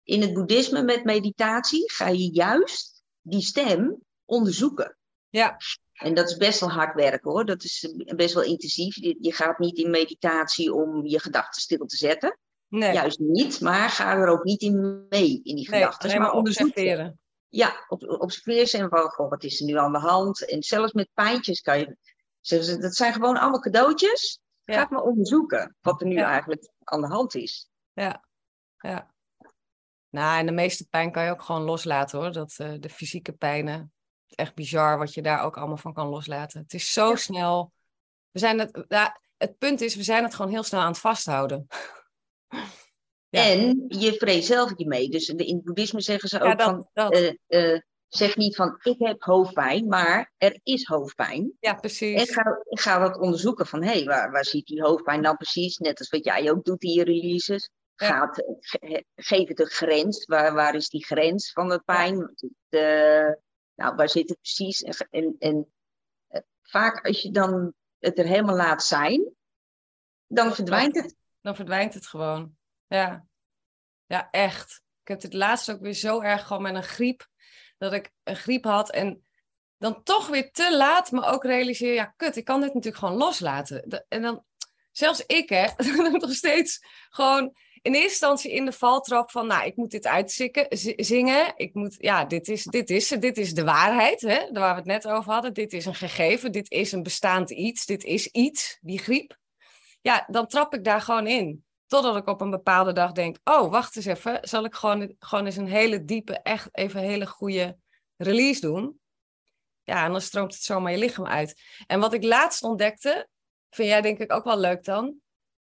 in het boeddhisme met meditatie ga je juist die stem onderzoeken. Ja. En dat is best wel hard werken hoor. Dat is best wel intensief. Je, je gaat niet in meditatie om je gedachten stil te zetten. Nee. Juist niet, maar ga er ook niet in mee, in die Nee, gedachten. alleen maar observeren. Ja, op, observeer ze en van, goh, wat is er nu aan de hand? En zelfs met pijntjes kan je, zeggen ze, dat zijn gewoon allemaal cadeautjes. Ja. Ga het maar onderzoeken wat er nu Ja. eigenlijk aan de hand is. Ja, ja. Nou, en de meeste pijn kan je ook gewoon loslaten hoor. Dat, uh, de fysieke pijnen. Echt bizar wat je daar ook allemaal van kan loslaten. Het is zo Ja. snel. We zijn het, ja, het punt is, we zijn het gewoon heel snel aan het vasthouden. Ja. En je vreet zelf je mee. Dus in het boeddhisme zeggen ze ook Ja, dat, van, dat. uh, uh, zeg niet van ik heb hoofdpijn, maar er is hoofdpijn. Ja, En precies. ga, ga dat onderzoeken van, hé, hey, waar, waar zit die hoofdpijn dan precies? Net als wat jij ook doet in je releases. Ja. Gaat, ge, geef het een grens. Waar, waar is die grens van de pijn? Ja. De, nou, waar zit het precies? En, en, en uh, vaak als je dan het er helemaal laat zijn, dan verdwijnt het. Dan verdwijnt het gewoon. Ja. Ja, echt. Ik heb het laatst ook weer zo erg gewoon met een griep. Dat ik een griep had en dan toch weer te laat me ook realiseer, ja kut, ik kan dit natuurlijk gewoon loslaten. De, en dan, zelfs ik hè, nog steeds gewoon in eerste instantie in de valtrap van, nou, ik moet dit uitzingen, zingen. Ik moet, ja, dit is, dit is, dit is de waarheid, hè, waar we het net over hadden. Dit is een gegeven, dit is een bestaand iets, dit is iets, die griep. Ja, dan trap ik daar gewoon in. Totdat ik op een bepaalde dag denk, oh, wacht eens even, zal ik gewoon, gewoon eens een hele diepe, echt even een hele goede release doen. Ja, en dan stroomt het zomaar je lichaam uit. En wat ik laatst ontdekte, vind jij denk ik ook wel leuk dan.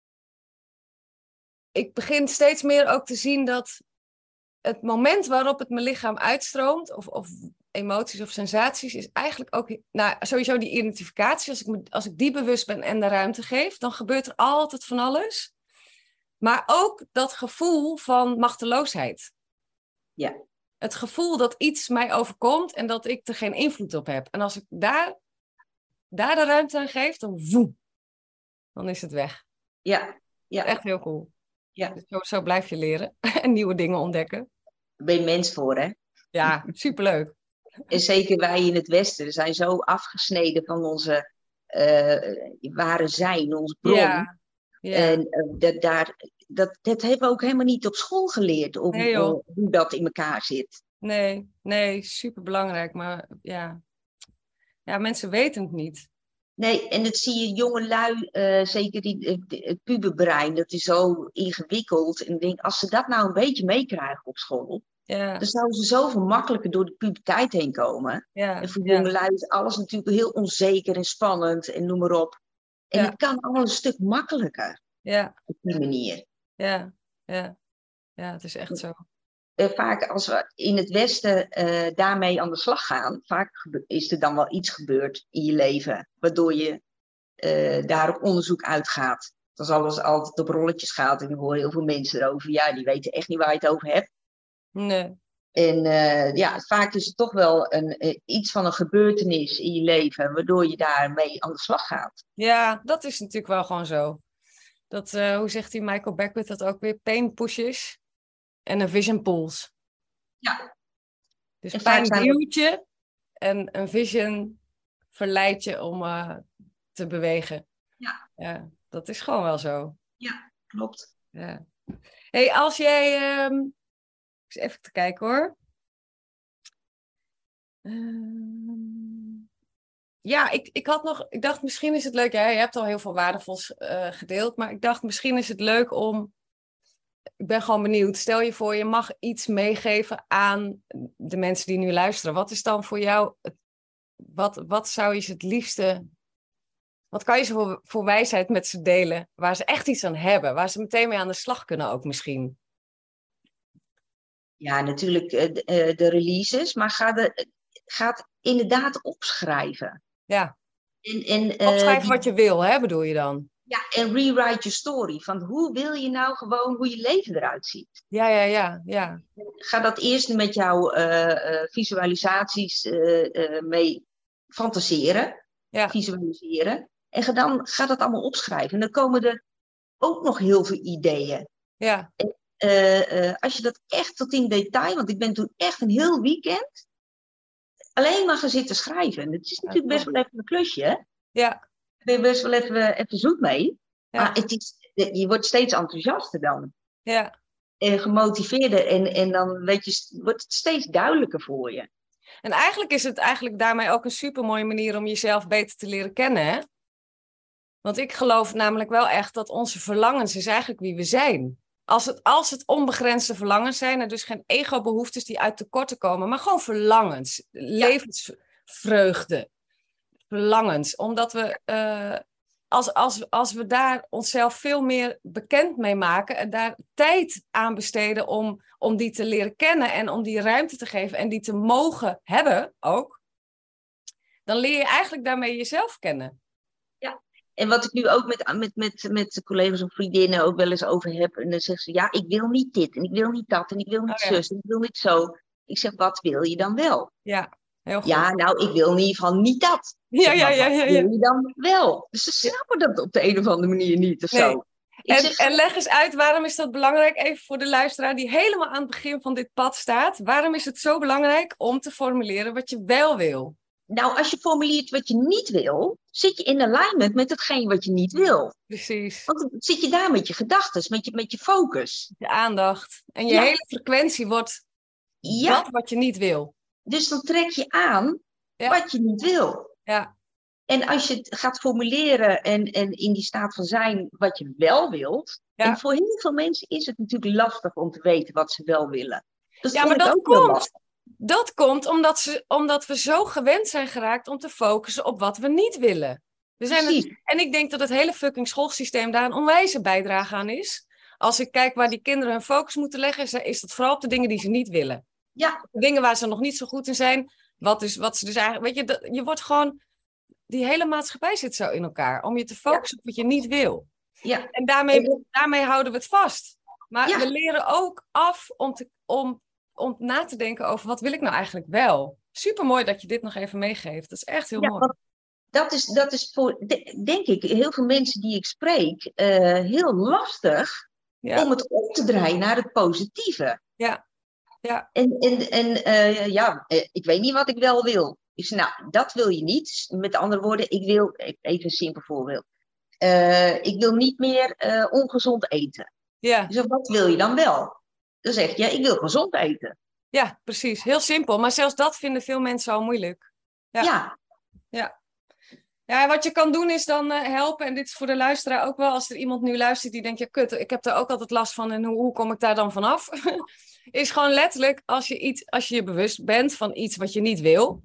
Ik begin steeds meer ook te zien dat het moment waarop het mijn lichaam uitstroomt, of, of emoties of sensaties, is eigenlijk ook, nou, sowieso die identificatie. Als ik, me, als ik die bewust ben en de ruimte geef, dan gebeurt er altijd van alles. Maar ook dat gevoel van machteloosheid. Ja. Het gevoel dat iets mij overkomt en dat ik er geen invloed op heb. En als ik daar, daar de ruimte aan geef, dan woem. Dan is het weg. Ja. Ja. Echt heel cool. Ja. Dus zo, zo blijf je leren en nieuwe dingen ontdekken. Daar ben je mens voor, hè? Ja, superleuk. En zeker wij in het Westen, we zijn zo afgesneden van onze uh, ware zijn, ons bron. Ja. Ja. En uh, dat, daar, dat, dat hebben we ook helemaal niet op school geleerd, om, Nee, uh, hoe dat in elkaar zit. Nee, nee, superbelangrijk. Maar ja, ja, mensen weten het niet. Nee, en dat zie je jonge lui, uh, zeker die, uh, het puberbrein, dat is zo ingewikkeld. En ik denk, als ze dat nou een beetje meekrijgen op school, ja. dan zouden ze zoveel makkelijker door de puberteit heen komen. Ja. En voor Ja. jonge lui is alles natuurlijk heel onzeker en spannend en noem maar op. En Ja. het kan allemaal een stuk makkelijker Ja. op die manier. Ja, ja, ja, het is echt zo. Uh, vaak als we in het Westen uh, daarmee aan de slag gaan, vaak is er dan wel iets gebeurd in je leven, waardoor je uh, daar op onderzoek uitgaat. Als alles altijd op rolletjes gaat en ik hoor heel veel mensen erover, ja, die weten echt niet waar je het over hebt. Nee. En uh, ja, vaak is het toch wel een, uh, iets van een gebeurtenis in je leven, waardoor je daarmee aan de slag gaat. Ja, dat is natuurlijk wel gewoon zo. Dat, uh, hoe zegt die Michael Beckwith dat ook weer? Pain pushes en een vision pulls. Ja. Dus en pijn zijn... duwt je en een vision verleidt je om uh, te bewegen. Ja. Ja, dat is gewoon wel zo. Ja, klopt. Ja. Hey, als jij... Um... Even te kijken hoor. Um... Ja, ik, ik had nog... Ik dacht misschien is het leuk... Ja, je hebt al heel veel waardevols uh, gedeeld. Maar ik dacht misschien is het leuk om... Ik ben gewoon benieuwd. Stel je voor, je mag iets meegeven aan de mensen die nu luisteren. Wat is dan voor jou... Het, wat, wat zou je ze het liefste... Wat kan je ze voor, voor wijsheid met ze delen? Waar ze echt iets aan hebben. Waar ze meteen mee aan de slag kunnen ook misschien. Ja, natuurlijk uh, de, uh, de releases. Maar ga, de, ga het inderdaad opschrijven. Ja. En, en, uh, opschrijven die, wat je wil, hè, bedoel je dan? Ja, en rewrite your story. Van hoe wil je nou gewoon hoe je leven eruit ziet? Ja, ja, ja. ja. Ga dat eerst met jouw uh, uh, visualisaties uh, uh, mee fantaseren. Ja. Visualiseren. En ga dan ga dat allemaal opschrijven. En dan komen er ook nog heel veel ideeën. Ja. En uh, uh, als je dat echt tot in detail, want ik ben toen echt een heel weekend alleen maar gaan zitten schrijven. Het is natuurlijk best wel even een klusje, hè? Ja. Daar ben je best wel even, even zoet mee. Ja. Maar het is, je wordt steeds enthousiaster dan. Ja. En gemotiveerder. En, en dan weet je, wordt het steeds duidelijker voor je. En eigenlijk is het eigenlijk daarmee ook een supermooie manier om jezelf beter te leren kennen, hè? Want ik geloof namelijk wel echt dat onze verlangens is eigenlijk wie we zijn. Als het, als het onbegrensde verlangens zijn, en dus geen ego-behoeftes die uit tekorten komen, maar gewoon verlangens, ja. Levensvreugde, verlangens. Omdat we, uh, als, als, als we daar onszelf veel meer bekend mee maken en daar tijd aan besteden om, om die te leren kennen en om die ruimte te geven en die te mogen hebben ook, dan leer je eigenlijk daarmee jezelf kennen. Ja. En wat ik nu ook met, met, met, met collega's of vriendinnen ook wel eens over heb. En dan zeggen ze, ja, ik wil niet dit en ik wil niet dat en ik wil niet oh, ja. zus en ik wil niet zo. Ik zeg, wat wil je dan wel? Ja, heel goed. Ja, nou, ik wil in ieder geval niet dat. Ja, zeg, ja, ja, ja, ja. Wat wil je dan wel? Dus ze snappen ja. dat op de een of andere manier niet of nee. zo. En, zeg, en leg eens uit, waarom is dat belangrijk? Even voor de luisteraar die helemaal aan het begin van dit pad staat. Waarom is het zo belangrijk om te formuleren wat je wel wil? Nou, als je formuleert wat je niet wil, zit je in alignment met hetgeen wat je niet wil. Precies. Want dan zit je daar met je gedachten, met je, met je focus. Je aandacht. En je ja. hele frequentie wordt ja. dat wat je niet wil. Dus dan trek je aan ja. wat je niet wil. Ja. En als je het gaat formuleren en, en in die staat van zijn wat je wel wilt. Ja. En voor heel veel mensen is het natuurlijk lastig om te weten wat ze wel willen. Dat ja, maar dat ook komt. Dat komt omdat, ze, omdat we zo gewend zijn geraakt om te focussen op wat we niet willen. We zijn het, en ik denk dat het hele fucking schoolsysteem daar een onwijze bijdrage aan is. Als ik kijk waar die kinderen hun focus moeten leggen, is, is dat vooral op de dingen die ze niet willen. Ja. De dingen waar ze nog niet zo goed in zijn. Wat, dus, wat ze dus eigenlijk. Weet je, dat, je wordt gewoon. Die hele maatschappij zit zo in elkaar. Om je te focussen ja. op wat je niet wil. Ja. En daarmee, daarmee houden we het vast. Maar ja. we leren ook af om te. Om, om na te denken over wat wil ik nou eigenlijk wel. Supermooi dat je dit nog even meegeeft. Dat is echt heel ja, mooi. Dat is, dat is voor, denk ik, heel veel mensen die ik spreek, uh, heel lastig ja. om het om te draaien naar het positieve. Ja. Ja. En, en, en uh, ja, ik weet niet wat ik wel wil. Ik zeg, nou, dat wil je niet. Met andere woorden, ik wil, even een simpel voorbeeld. Uh, ik wil niet meer uh, ongezond eten. Ja. Dus wat wil je dan wel? Dan zeg je, ja, ik wil gezond eten. Ja, precies. Heel simpel. Maar zelfs dat vinden veel mensen al moeilijk. Ja. Ja. Ja. Ja, wat je kan doen is dan uh, helpen. En dit is voor de luisteraar ook wel. Als er iemand nu luistert die denkt, ja kut, ik heb daar ook altijd last van. En hoe, hoe kom ik daar dan vanaf? Is gewoon letterlijk, als je, iets, als je je bewust bent van iets wat je niet wil.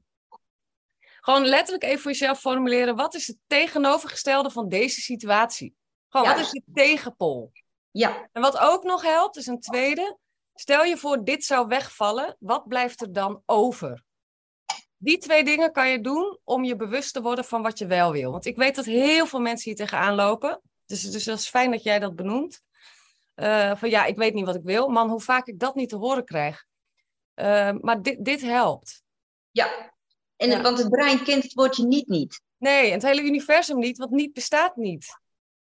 Gewoon letterlijk even voor jezelf formuleren. Wat is het tegenovergestelde van deze situatie? Gewoon, Juist. Wat is de tegenpol? Ja. En wat ook nog helpt, is een tweede. Stel je voor, dit zou wegvallen. Wat blijft er dan over? Die twee dingen kan je doen om je bewust te worden van wat je wel wil. Want ik weet dat heel veel mensen hier tegenaan lopen. Dus, dus dat is fijn dat jij dat benoemt. Uh, van ja, ik weet niet wat ik wil. Man, hoe vaak ik dat niet te horen krijg. Uh, maar dit, dit helpt. Ja, en ja. want het brein kent het woordje niet niet. Nee, en het hele universum niet, want niet bestaat niet.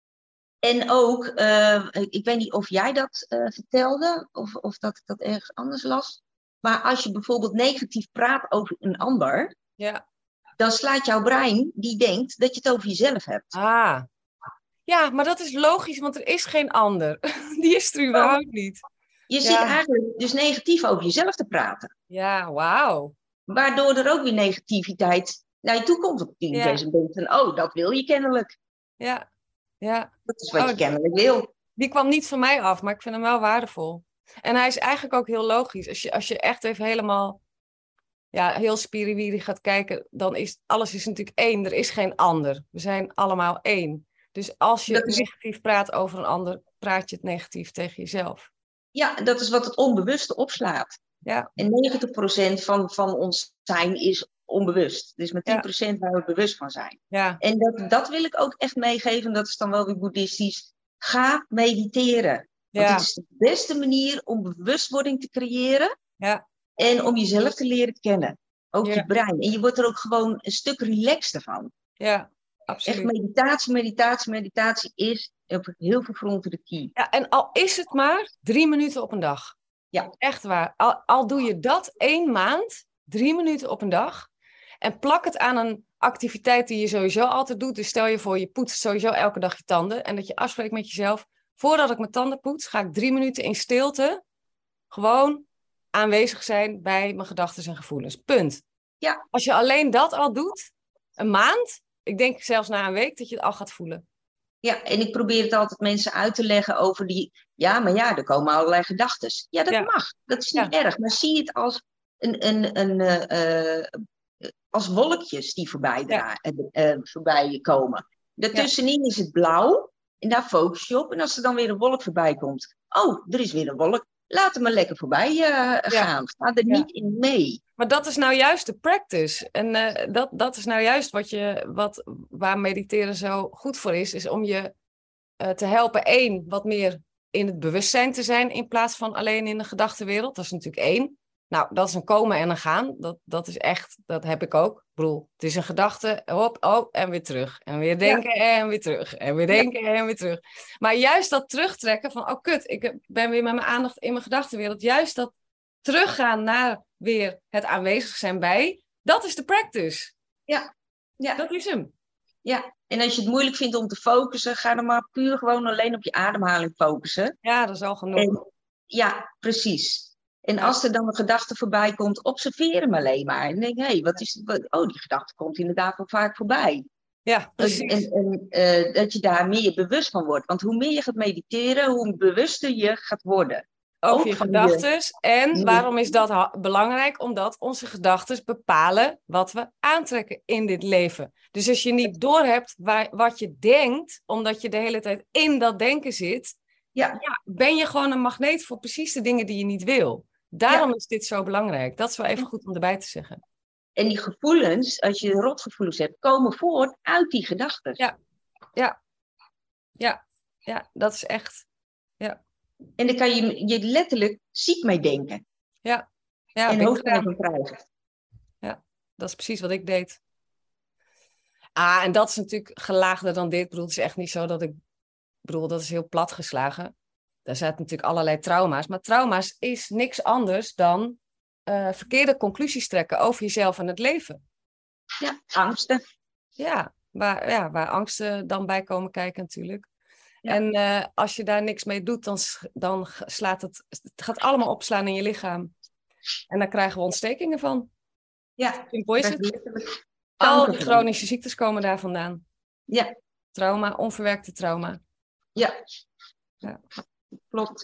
En ook, uh, ik weet niet of jij dat uh, vertelde, of, of dat ik dat ergens anders las. Maar als je bijvoorbeeld negatief praat over een ander, ja. dan slaat jouw brein, die denkt dat je het over jezelf hebt. Ah, ja, maar dat is logisch, want er is geen ander. Die is er überhaupt oh. niet. Je ja. zit eigenlijk dus negatief over jezelf te praten. Ja, wauw. Waardoor er ook weer negativiteit naar je toe komt. Op het universum ja. denkt van, oh, dat wil je kennelijk. Ja, ja. Dat is wat oh, je kennelijk wil. Die kwam niet van mij af, maar ik vind hem wel waardevol. En hij is eigenlijk ook heel logisch. Als je, als je echt even helemaal ja, heel spiriwiri gaat kijken, dan is alles is natuurlijk één. Er is geen ander. We zijn allemaal één. Dus als je is... negatief praat over een ander, praat je het negatief tegen jezelf. Ja, dat is wat het onbewuste opslaat. Ja. En negentig procent van, van ons zijn is onbewust. Dus met tien procent ja. waar we bewust van zijn. Ja. En dat, dat wil ik ook echt meegeven. Dat is dan wel weer boeddhistisch. Ga mediteren. Want ja. het is de beste manier om bewustwording te creëren. Ja. En om jezelf te leren kennen. Ook ja. je brein. En je wordt er ook gewoon een stuk relaxter van. Ja. absoluut. Echt meditatie, meditatie, meditatie is op heel veel fronten de key. Ja, en al is het maar drie minuten op een dag. Ja. Echt waar. Al, al doe je dat één maand, drie minuten op een dag. En plak het aan een activiteit die je sowieso altijd doet. Dus stel je voor, je poetst sowieso elke dag je tanden. En dat je afspreekt met jezelf. Voordat ik mijn tanden poets, ga ik drie minuten in stilte gewoon aanwezig zijn bij mijn gedachten en gevoelens. Punt. Ja. Als je alleen dat al doet, een maand, ik denk zelfs na een week dat je het al gaat voelen. Ja, en ik probeer het altijd mensen uit te leggen over die... Ja, maar ja, er komen allerlei gedachten. Ja, dat Ja. mag. Dat is niet Ja. erg. Maar zie het als, een, een, een, uh, uh, als wolkjes die voorbij, dra- Ja. uh, voorbij komen. Daartussenin is het blauw. En daar focus je op. En als er dan weer een wolk voorbij komt. Oh, er is weer een wolk. Laat hem maar lekker voorbij uh, gaan. Ga er Ja. niet in mee. Maar dat is nou juist de practice. En uh, dat, dat is nou juist wat je, wat, waar mediteren zo goed voor is. Is om je uh, te helpen, één, wat meer in het bewustzijn te zijn. In plaats van alleen in de gedachtenwereld. Dat is natuurlijk één. Nou, dat is een komen en een gaan. Dat, dat is echt, dat heb ik ook. Ik bedoel, het is een gedachte, hop, oh, en weer terug. En weer denken ja. en weer terug. En weer denken ja. en weer terug. Maar juist dat terugtrekken van, oh kut, ik ben weer met mijn aandacht in mijn gedachtenwereld. Juist dat teruggaan naar weer het aanwezig zijn bij, dat is de practice. Ja. ja. Dat is hem. Ja, en als je het moeilijk vindt om te focussen, ga dan maar puur gewoon alleen op je ademhaling focussen. Ja, dat is al genoeg. En, ja, precies. En ja. als er dan een gedachte voorbij komt, observeer hem alleen maar. En denk, hé, hey, wat is het? Oh, die gedachte komt inderdaad wel vaak voorbij. Ja, precies. En, en uh, dat je daar meer bewust van wordt. Want hoe meer je gaat mediteren, hoe bewuster je gaat worden. Over Ook je gedachten. Je... En waarom is dat ha- belangrijk? Omdat onze gedachten bepalen wat we aantrekken in dit leven. Dus als je niet doorhebt waar, wat je denkt, omdat je de hele tijd in dat denken zit, ja. Ja, ben je gewoon een magneet voor precies de dingen die je niet wil. Daarom ja. is dit zo belangrijk. Dat is wel even goed om erbij te zeggen. En die gevoelens, als je rotgevoelens hebt, komen voort uit die gedachten. Ja, ja, ja, ja, dat is echt, ja. En dan kan je je letterlijk ziek mee denken. Ja, ja. En hoofdpijn van krijgen. Ja, dat is precies wat ik deed. Ah, en dat is natuurlijk gelaagder dan dit. Ik bedoel, het is echt niet zo dat ik... Ik bedoel, dat is heel plat geslagen. Daar zaten natuurlijk allerlei trauma's. Maar trauma's is niks anders dan uh, verkeerde conclusies trekken over jezelf en het leven. Ja, angsten. Ja, waar, ja, waar angsten dan bij komen kijken natuurlijk. Ja. En uh, als je daar niks mee doet, dan, dan slaat het... Het gaat allemaal opslaan in je lichaam. En dan krijgen we ontstekingen van. Ja. Simpel is het. Al die chronische ziektes komen daar vandaan. Ja. Trauma, onverwerkte trauma. Ja. Ja, klopt.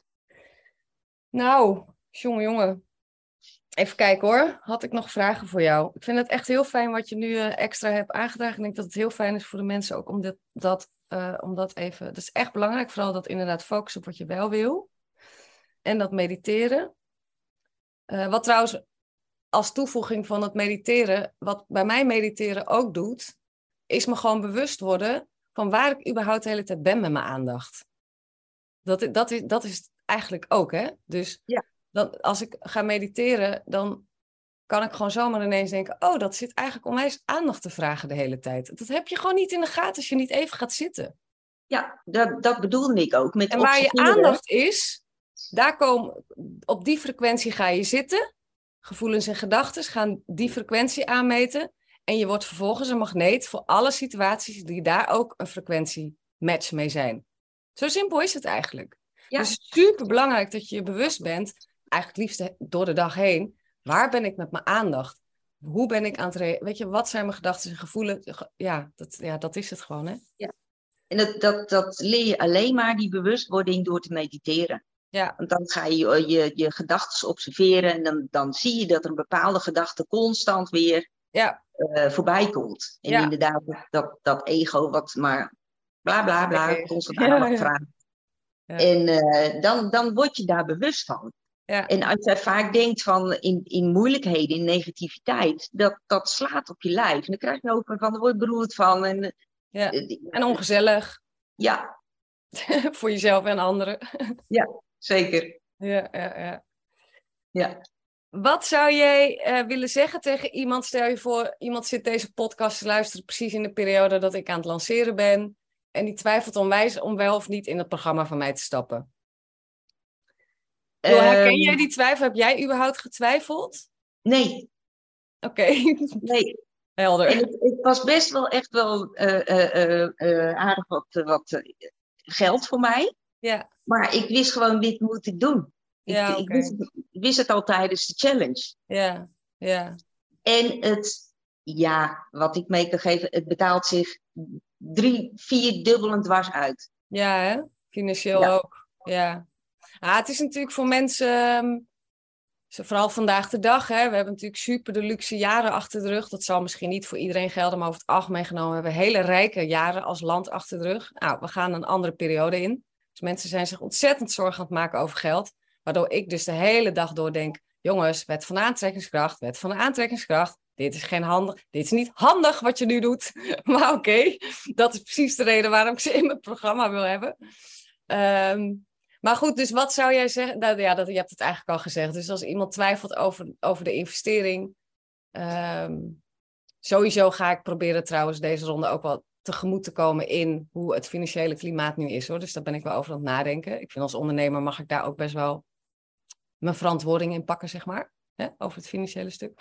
Nou, jongen, jongen. Even kijken hoor. Had ik nog vragen voor jou? Ik vind het echt heel fijn wat je nu uh, extra hebt aangedragen. Ik denk dat het heel fijn is voor de mensen ook om, dit, dat, uh, om dat even... Dat is echt belangrijk, vooral dat inderdaad focussen op wat je wel wil. En dat mediteren. Uh, wat trouwens als toevoeging van het mediteren, wat bij mij mediteren ook doet, is me gewoon bewust worden van waar ik überhaupt de hele tijd ben met mijn aandacht. Dat, dat, is, dat is het eigenlijk ook, hè? Dus ja. dan, als ik ga mediteren, dan kan ik gewoon zomaar ineens denken, oh, dat zit eigenlijk onwijs aandacht te vragen de hele tijd. Dat heb je gewoon niet in de gaten als je niet even gaat zitten. Ja, dat, dat bedoelde ik ook. Met en waar je aandacht is, daar komen, op die frequentie ga je zitten. Gevoelens en gedachten gaan die frequentie aanmeten. En je wordt vervolgens een magneet voor alle situaties die daar ook een frequentiematch mee zijn. Zo simpel is het eigenlijk. Ja. Dus het is super belangrijk dat je je bewust bent, eigenlijk liefst door de dag heen, waar ben ik met mijn aandacht? Hoe ben ik aan het re- Weet je, wat zijn mijn gedachten en gevoelens? Ja, dat, ja, dat is het gewoon, hè? Ja. En dat, dat, dat leer je alleen maar, die bewustwording, door te mediteren. Ja. Want dan ga je je, je, je gedachten observeren en dan, dan zie je dat er een bepaalde gedachte constant weer ja. uh, voorbij komt. En ja. inderdaad, dat, dat ego wat maar bla bla bla, okay. constant aandacht ja, vraagt. Ja. En uh, dan, dan word je daar bewust van. Ja. En als jij vaak denkt van in, in moeilijkheden, in negativiteit, dat, dat slaat op je lijf. En dan krijg je ook van, daar word je beroerd van. En, ja. uh, en ongezellig. Ja. Voor jezelf en anderen. Ja, zeker. Ja, ja, ja. Ja. Wat zou jij uh, willen zeggen tegen iemand? Stel je voor, iemand zit deze podcast te luisteren precies in de periode dat ik aan het lanceren ben. En die twijfelt onwijs om wel of niet in het programma van mij te stappen. Bedoel, herken jij Um, die twijfel? Heb jij überhaupt getwijfeld? nee. Oké. Okay. Nee. Helder. En het, het was best wel echt wel uh, uh, uh, uh, aardig wat, wat uh, geld voor mij. Ja. Maar ik wist gewoon, dit moet ik doen. Ja, ik, okay. ik, wist, ik wist het al tijdens de challenge. Ja, ja. En het, ja, wat ik mee kan geven, het betaalt zich drie, vier dubbel en dwars uit. Ja, hè? Financieel ja. ook. Ja. Ah, het is natuurlijk voor mensen, um, vooral vandaag de dag, hè, we hebben natuurlijk super de luxe jaren achter de rug. Dat zal misschien niet voor iedereen gelden, maar over het algemeen genomen hebben we hele rijke jaren als land achter de rug. Nou, we gaan een andere periode in. Dus mensen zijn zich ontzettend zorgen aan het maken over geld. Waardoor ik dus de hele dag door denk, jongens, wet van de aantrekkingskracht, wet van de aantrekkingskracht. Dit is geen handig, dit is niet handig wat je nu doet. Maar oké, okay, dat is precies de reden waarom ik ze in mijn programma wil hebben. Um, maar goed, dus wat zou jij zeggen? Nou ja, dat, je hebt het eigenlijk al gezegd. Dus als iemand twijfelt over, over de investering. Um, sowieso ga ik proberen trouwens deze ronde ook wel tegemoet te komen in hoe het financiële klimaat nu is, hoor. Dus daar ben ik wel over aan het nadenken. Ik vind als ondernemer mag ik daar ook best wel mijn verantwoording in pakken, zeg maar. Hè, over het financiële stuk.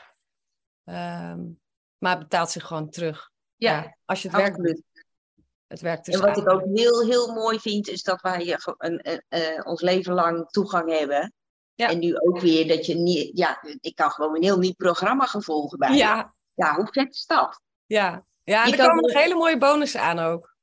Um, maar het betaalt zich gewoon terug. Ja, ja als je het absoluut. werkt. Het werkt dus en wat eigenlijk. ik ook heel, heel mooi vind, is dat wij een, een, een, ons leven lang toegang hebben. Ja. En nu ook weer dat je niet, ja, ik kan gewoon een heel nieuw programma gaan volgen bij. Ja. Ja, hoe vet is dat? Ja, ja en je er komen nog hele mooie bonussen aan ook.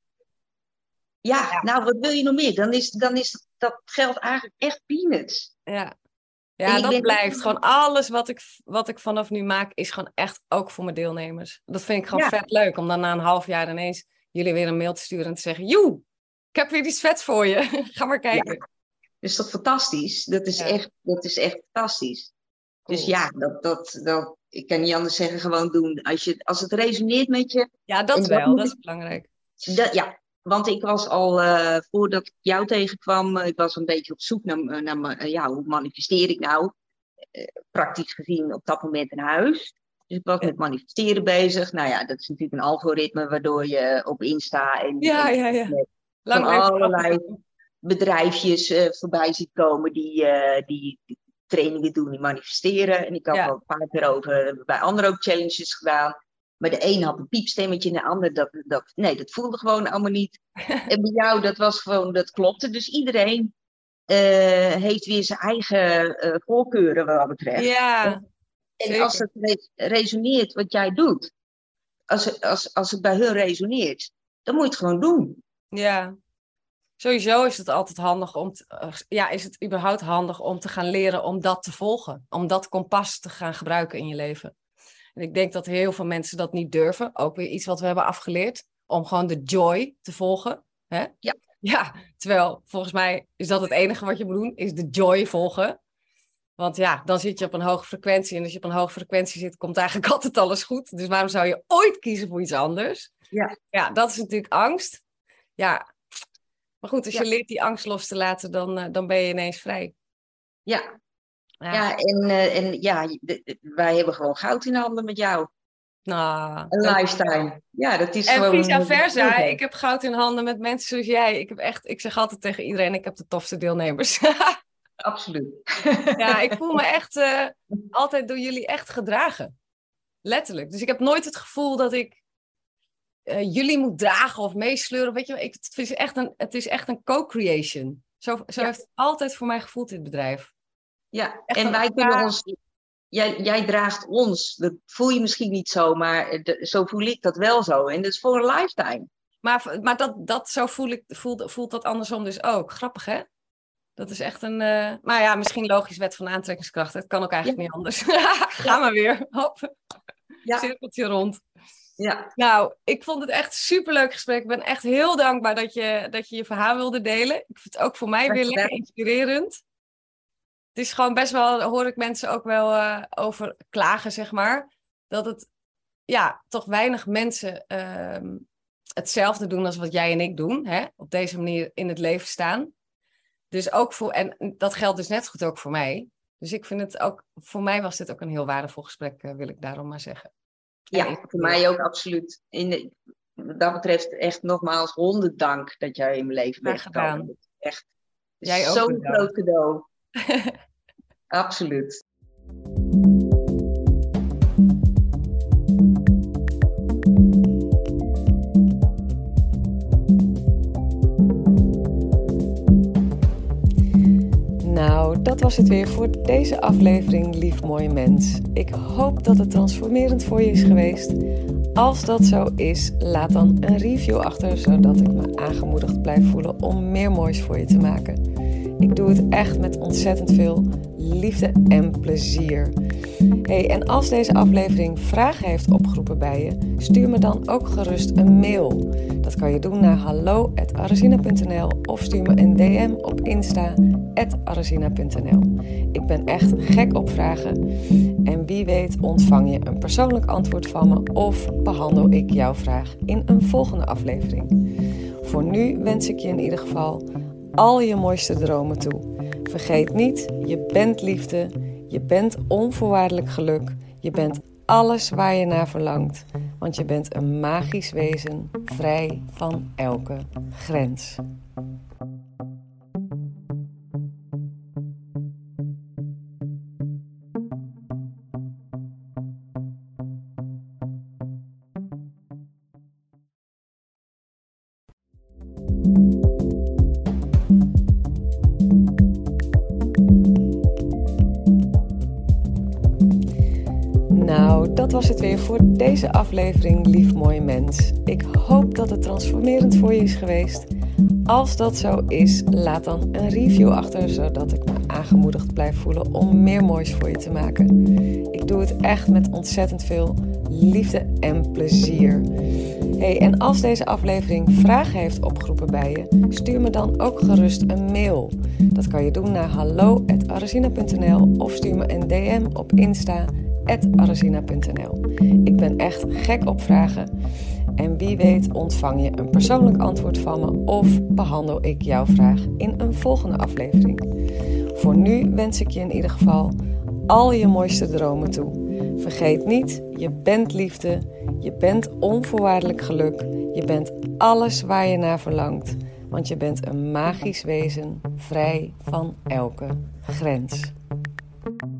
Ja, ja, nou, wat wil je nog meer? Dan is, dan is dat geld eigenlijk echt peanuts. Ja, ja dat blijft. Gewoon alles wat ik, wat ik vanaf nu maak, is gewoon echt ook voor mijn deelnemers. Dat vind ik gewoon ja. vet leuk, om dan na een half jaar ineens jullie weer een mail te sturen en te zeggen, joe, ik heb weer iets vets voor je. Ga maar kijken. Ja. Is dat fantastisch? Dat is, ja. echt, dat is echt fantastisch. Cool. Dus ja, dat, dat, dat, ik kan niet anders zeggen, gewoon doen. Als, je, als het resoneert met je... Ja, dat wel. Dat is belangrijk. Dat, ja, want ik was al, uh, voordat ik jou tegenkwam, uh, ik was een beetje op zoek naar, naar uh, ja, hoe manifesteer ik nou? Uh, praktisch gezien op dat moment een huis. Dus ik was ja. met manifesteren bezig. Nou ja, dat is natuurlijk een algoritme waardoor je op Insta en, ja, en ja, ja. van Lang allerlei bedrijfjes uh, voorbij ziet komen die, uh, die, die trainingen doen, die manifesteren. En ik had ja. al een paar keer over bij anderen ook challenges gedaan. Maar de een had een piepstemmetje en de ander, dat, dat, nee, dat voelde gewoon allemaal niet. En bij jou, dat was gewoon, dat klopte. Dus iedereen uh, heeft weer zijn eigen uh, voorkeuren wat dat betreft. Ja, en en als het re- resoneert wat jij doet, als, als, als het bij hun resoneert, dan moet je het gewoon doen. Ja, sowieso is het altijd handig om, te, ja, is het überhaupt handig om te gaan leren om dat te volgen. Om dat kompas te gaan gebruiken in je leven. En ik denk dat heel veel mensen dat niet durven. Ook weer iets wat we hebben afgeleerd. Om gewoon de joy te volgen. Hè? Ja. Ja, terwijl volgens mij is dat het enige wat je moet doen. Is de joy volgen. Want ja, dan zit je op een hoge frequentie. En als je op een hoge frequentie zit, komt eigenlijk altijd alles goed. Dus waarom zou je ooit kiezen voor iets anders? Ja. Ja, dat is natuurlijk angst. Ja, maar goed, als ja. je leert die angst los te laten, dan, uh, dan ben je ineens vrij. Ja. Ja, ja en, uh, en ja, de, de, wij hebben gewoon goud in handen met jou. Nou, een lifestyle. Ja, dat is en gewoon... En vice versa, ik heb goud in handen met mensen zoals jij. Ik heb echt, ik zeg altijd tegen iedereen, ik heb de tofste deelnemers. Absoluut. Ja, ik voel me echt uh, altijd door jullie echt gedragen. Letterlijk. Dus ik heb nooit het gevoel dat ik uh, jullie moet dragen of meesleuren. Weet je, ik, het, is echt een, het is echt een co-creation. Zo, zo ja. heeft het altijd voor mij gevoeld in het bedrijf. Ja, echt en wij kunnen ons... Jij, jij draagt ons. Dat voel je misschien niet zo, maar de, zo voel ik dat wel zo. En dat is voor een lifetime. Maar, maar dat, dat, zo voel ik, voelt, voelt dat andersom dus ook. Grappig, hè? Dat is echt een... Uh... Maar ja, misschien logisch wet van aantrekkingskracht. Het kan ook eigenlijk ja. niet anders. Ga ja. maar weer. Hop. Ja. Cirkeltje rond. Ja. Nou, ik vond het echt een superleuk gesprek. Ik ben echt heel dankbaar dat je dat je, je verhaal wilde delen. Ik vind het ook voor mij weer lekker inspirerend. Het is gewoon best wel, daar hoor ik mensen ook wel uh, over klagen, zeg maar. Dat het, ja, toch weinig mensen uh, hetzelfde doen als wat jij en ik doen. Hè? Op deze manier in het leven staan. Dus ook voor, en dat geldt dus net zo goed ook voor mij. Dus ik vind het ook, voor mij was dit ook een heel waardevol gesprek, uh, wil ik daarom maar zeggen. Ja, en voor mij ook absoluut. In de, wat dat betreft echt nogmaals honderd dank dat jij in mijn leven bent gekomen. Echt zo'n groot cadeau. Absoluut. Nou, dat was het weer voor deze aflevering, lief mooie mens. Ik hoop dat het transformerend voor je is geweest. Als dat zo is, laat dan een review achter, zodat ik me aangemoedigd blijf voelen om meer moois voor je te maken. Ik doe het echt met ontzettend veel liefde en plezier. Hey, en als deze aflevering vragen heeft opgeroepen bij je, stuur me dan ook gerust een mail. Dat kan je doen naar hallo at arazina punt n l of stuur me een D M op Insta at arazina punt n l. Ik ben echt gek op vragen. En wie weet ontvang je een persoonlijk antwoord van me of behandel ik jouw vraag in een volgende aflevering. Voor nu wens ik je in ieder geval al je mooiste dromen toe. Vergeet niet, je bent liefde, je bent onvoorwaardelijk geluk, je bent alles waar je naar verlangt. Want je bent een magisch wezen, vrij van elke grens. Nou, dat was het weer voor deze aflevering, lief mooie mens. Ik hoop dat het transformerend voor je is geweest. Als dat zo is, laat dan een review achter, zodat ik me aangemoedigd blijf voelen om meer moois voor je te maken. Ik doe het echt met ontzettend veel liefde en plezier. Hey, en als deze aflevering vragen heeft opgeroepen bij je, stuur me dan ook gerust een mail. Dat kan je doen naar hallo at arazina punt n l of stuur me een D M op Insta at arazina punt n l. Ik ben echt gek op vragen. En wie weet ontvang je een persoonlijk antwoord van me of behandel ik jouw vraag in een volgende aflevering. Voor nu wens ik je in ieder geval al je mooiste dromen toe. Vergeet niet, je bent liefde, je bent onvoorwaardelijk geluk, je bent alles waar je naar verlangt. Want je bent een magisch wezen, vrij van elke grens.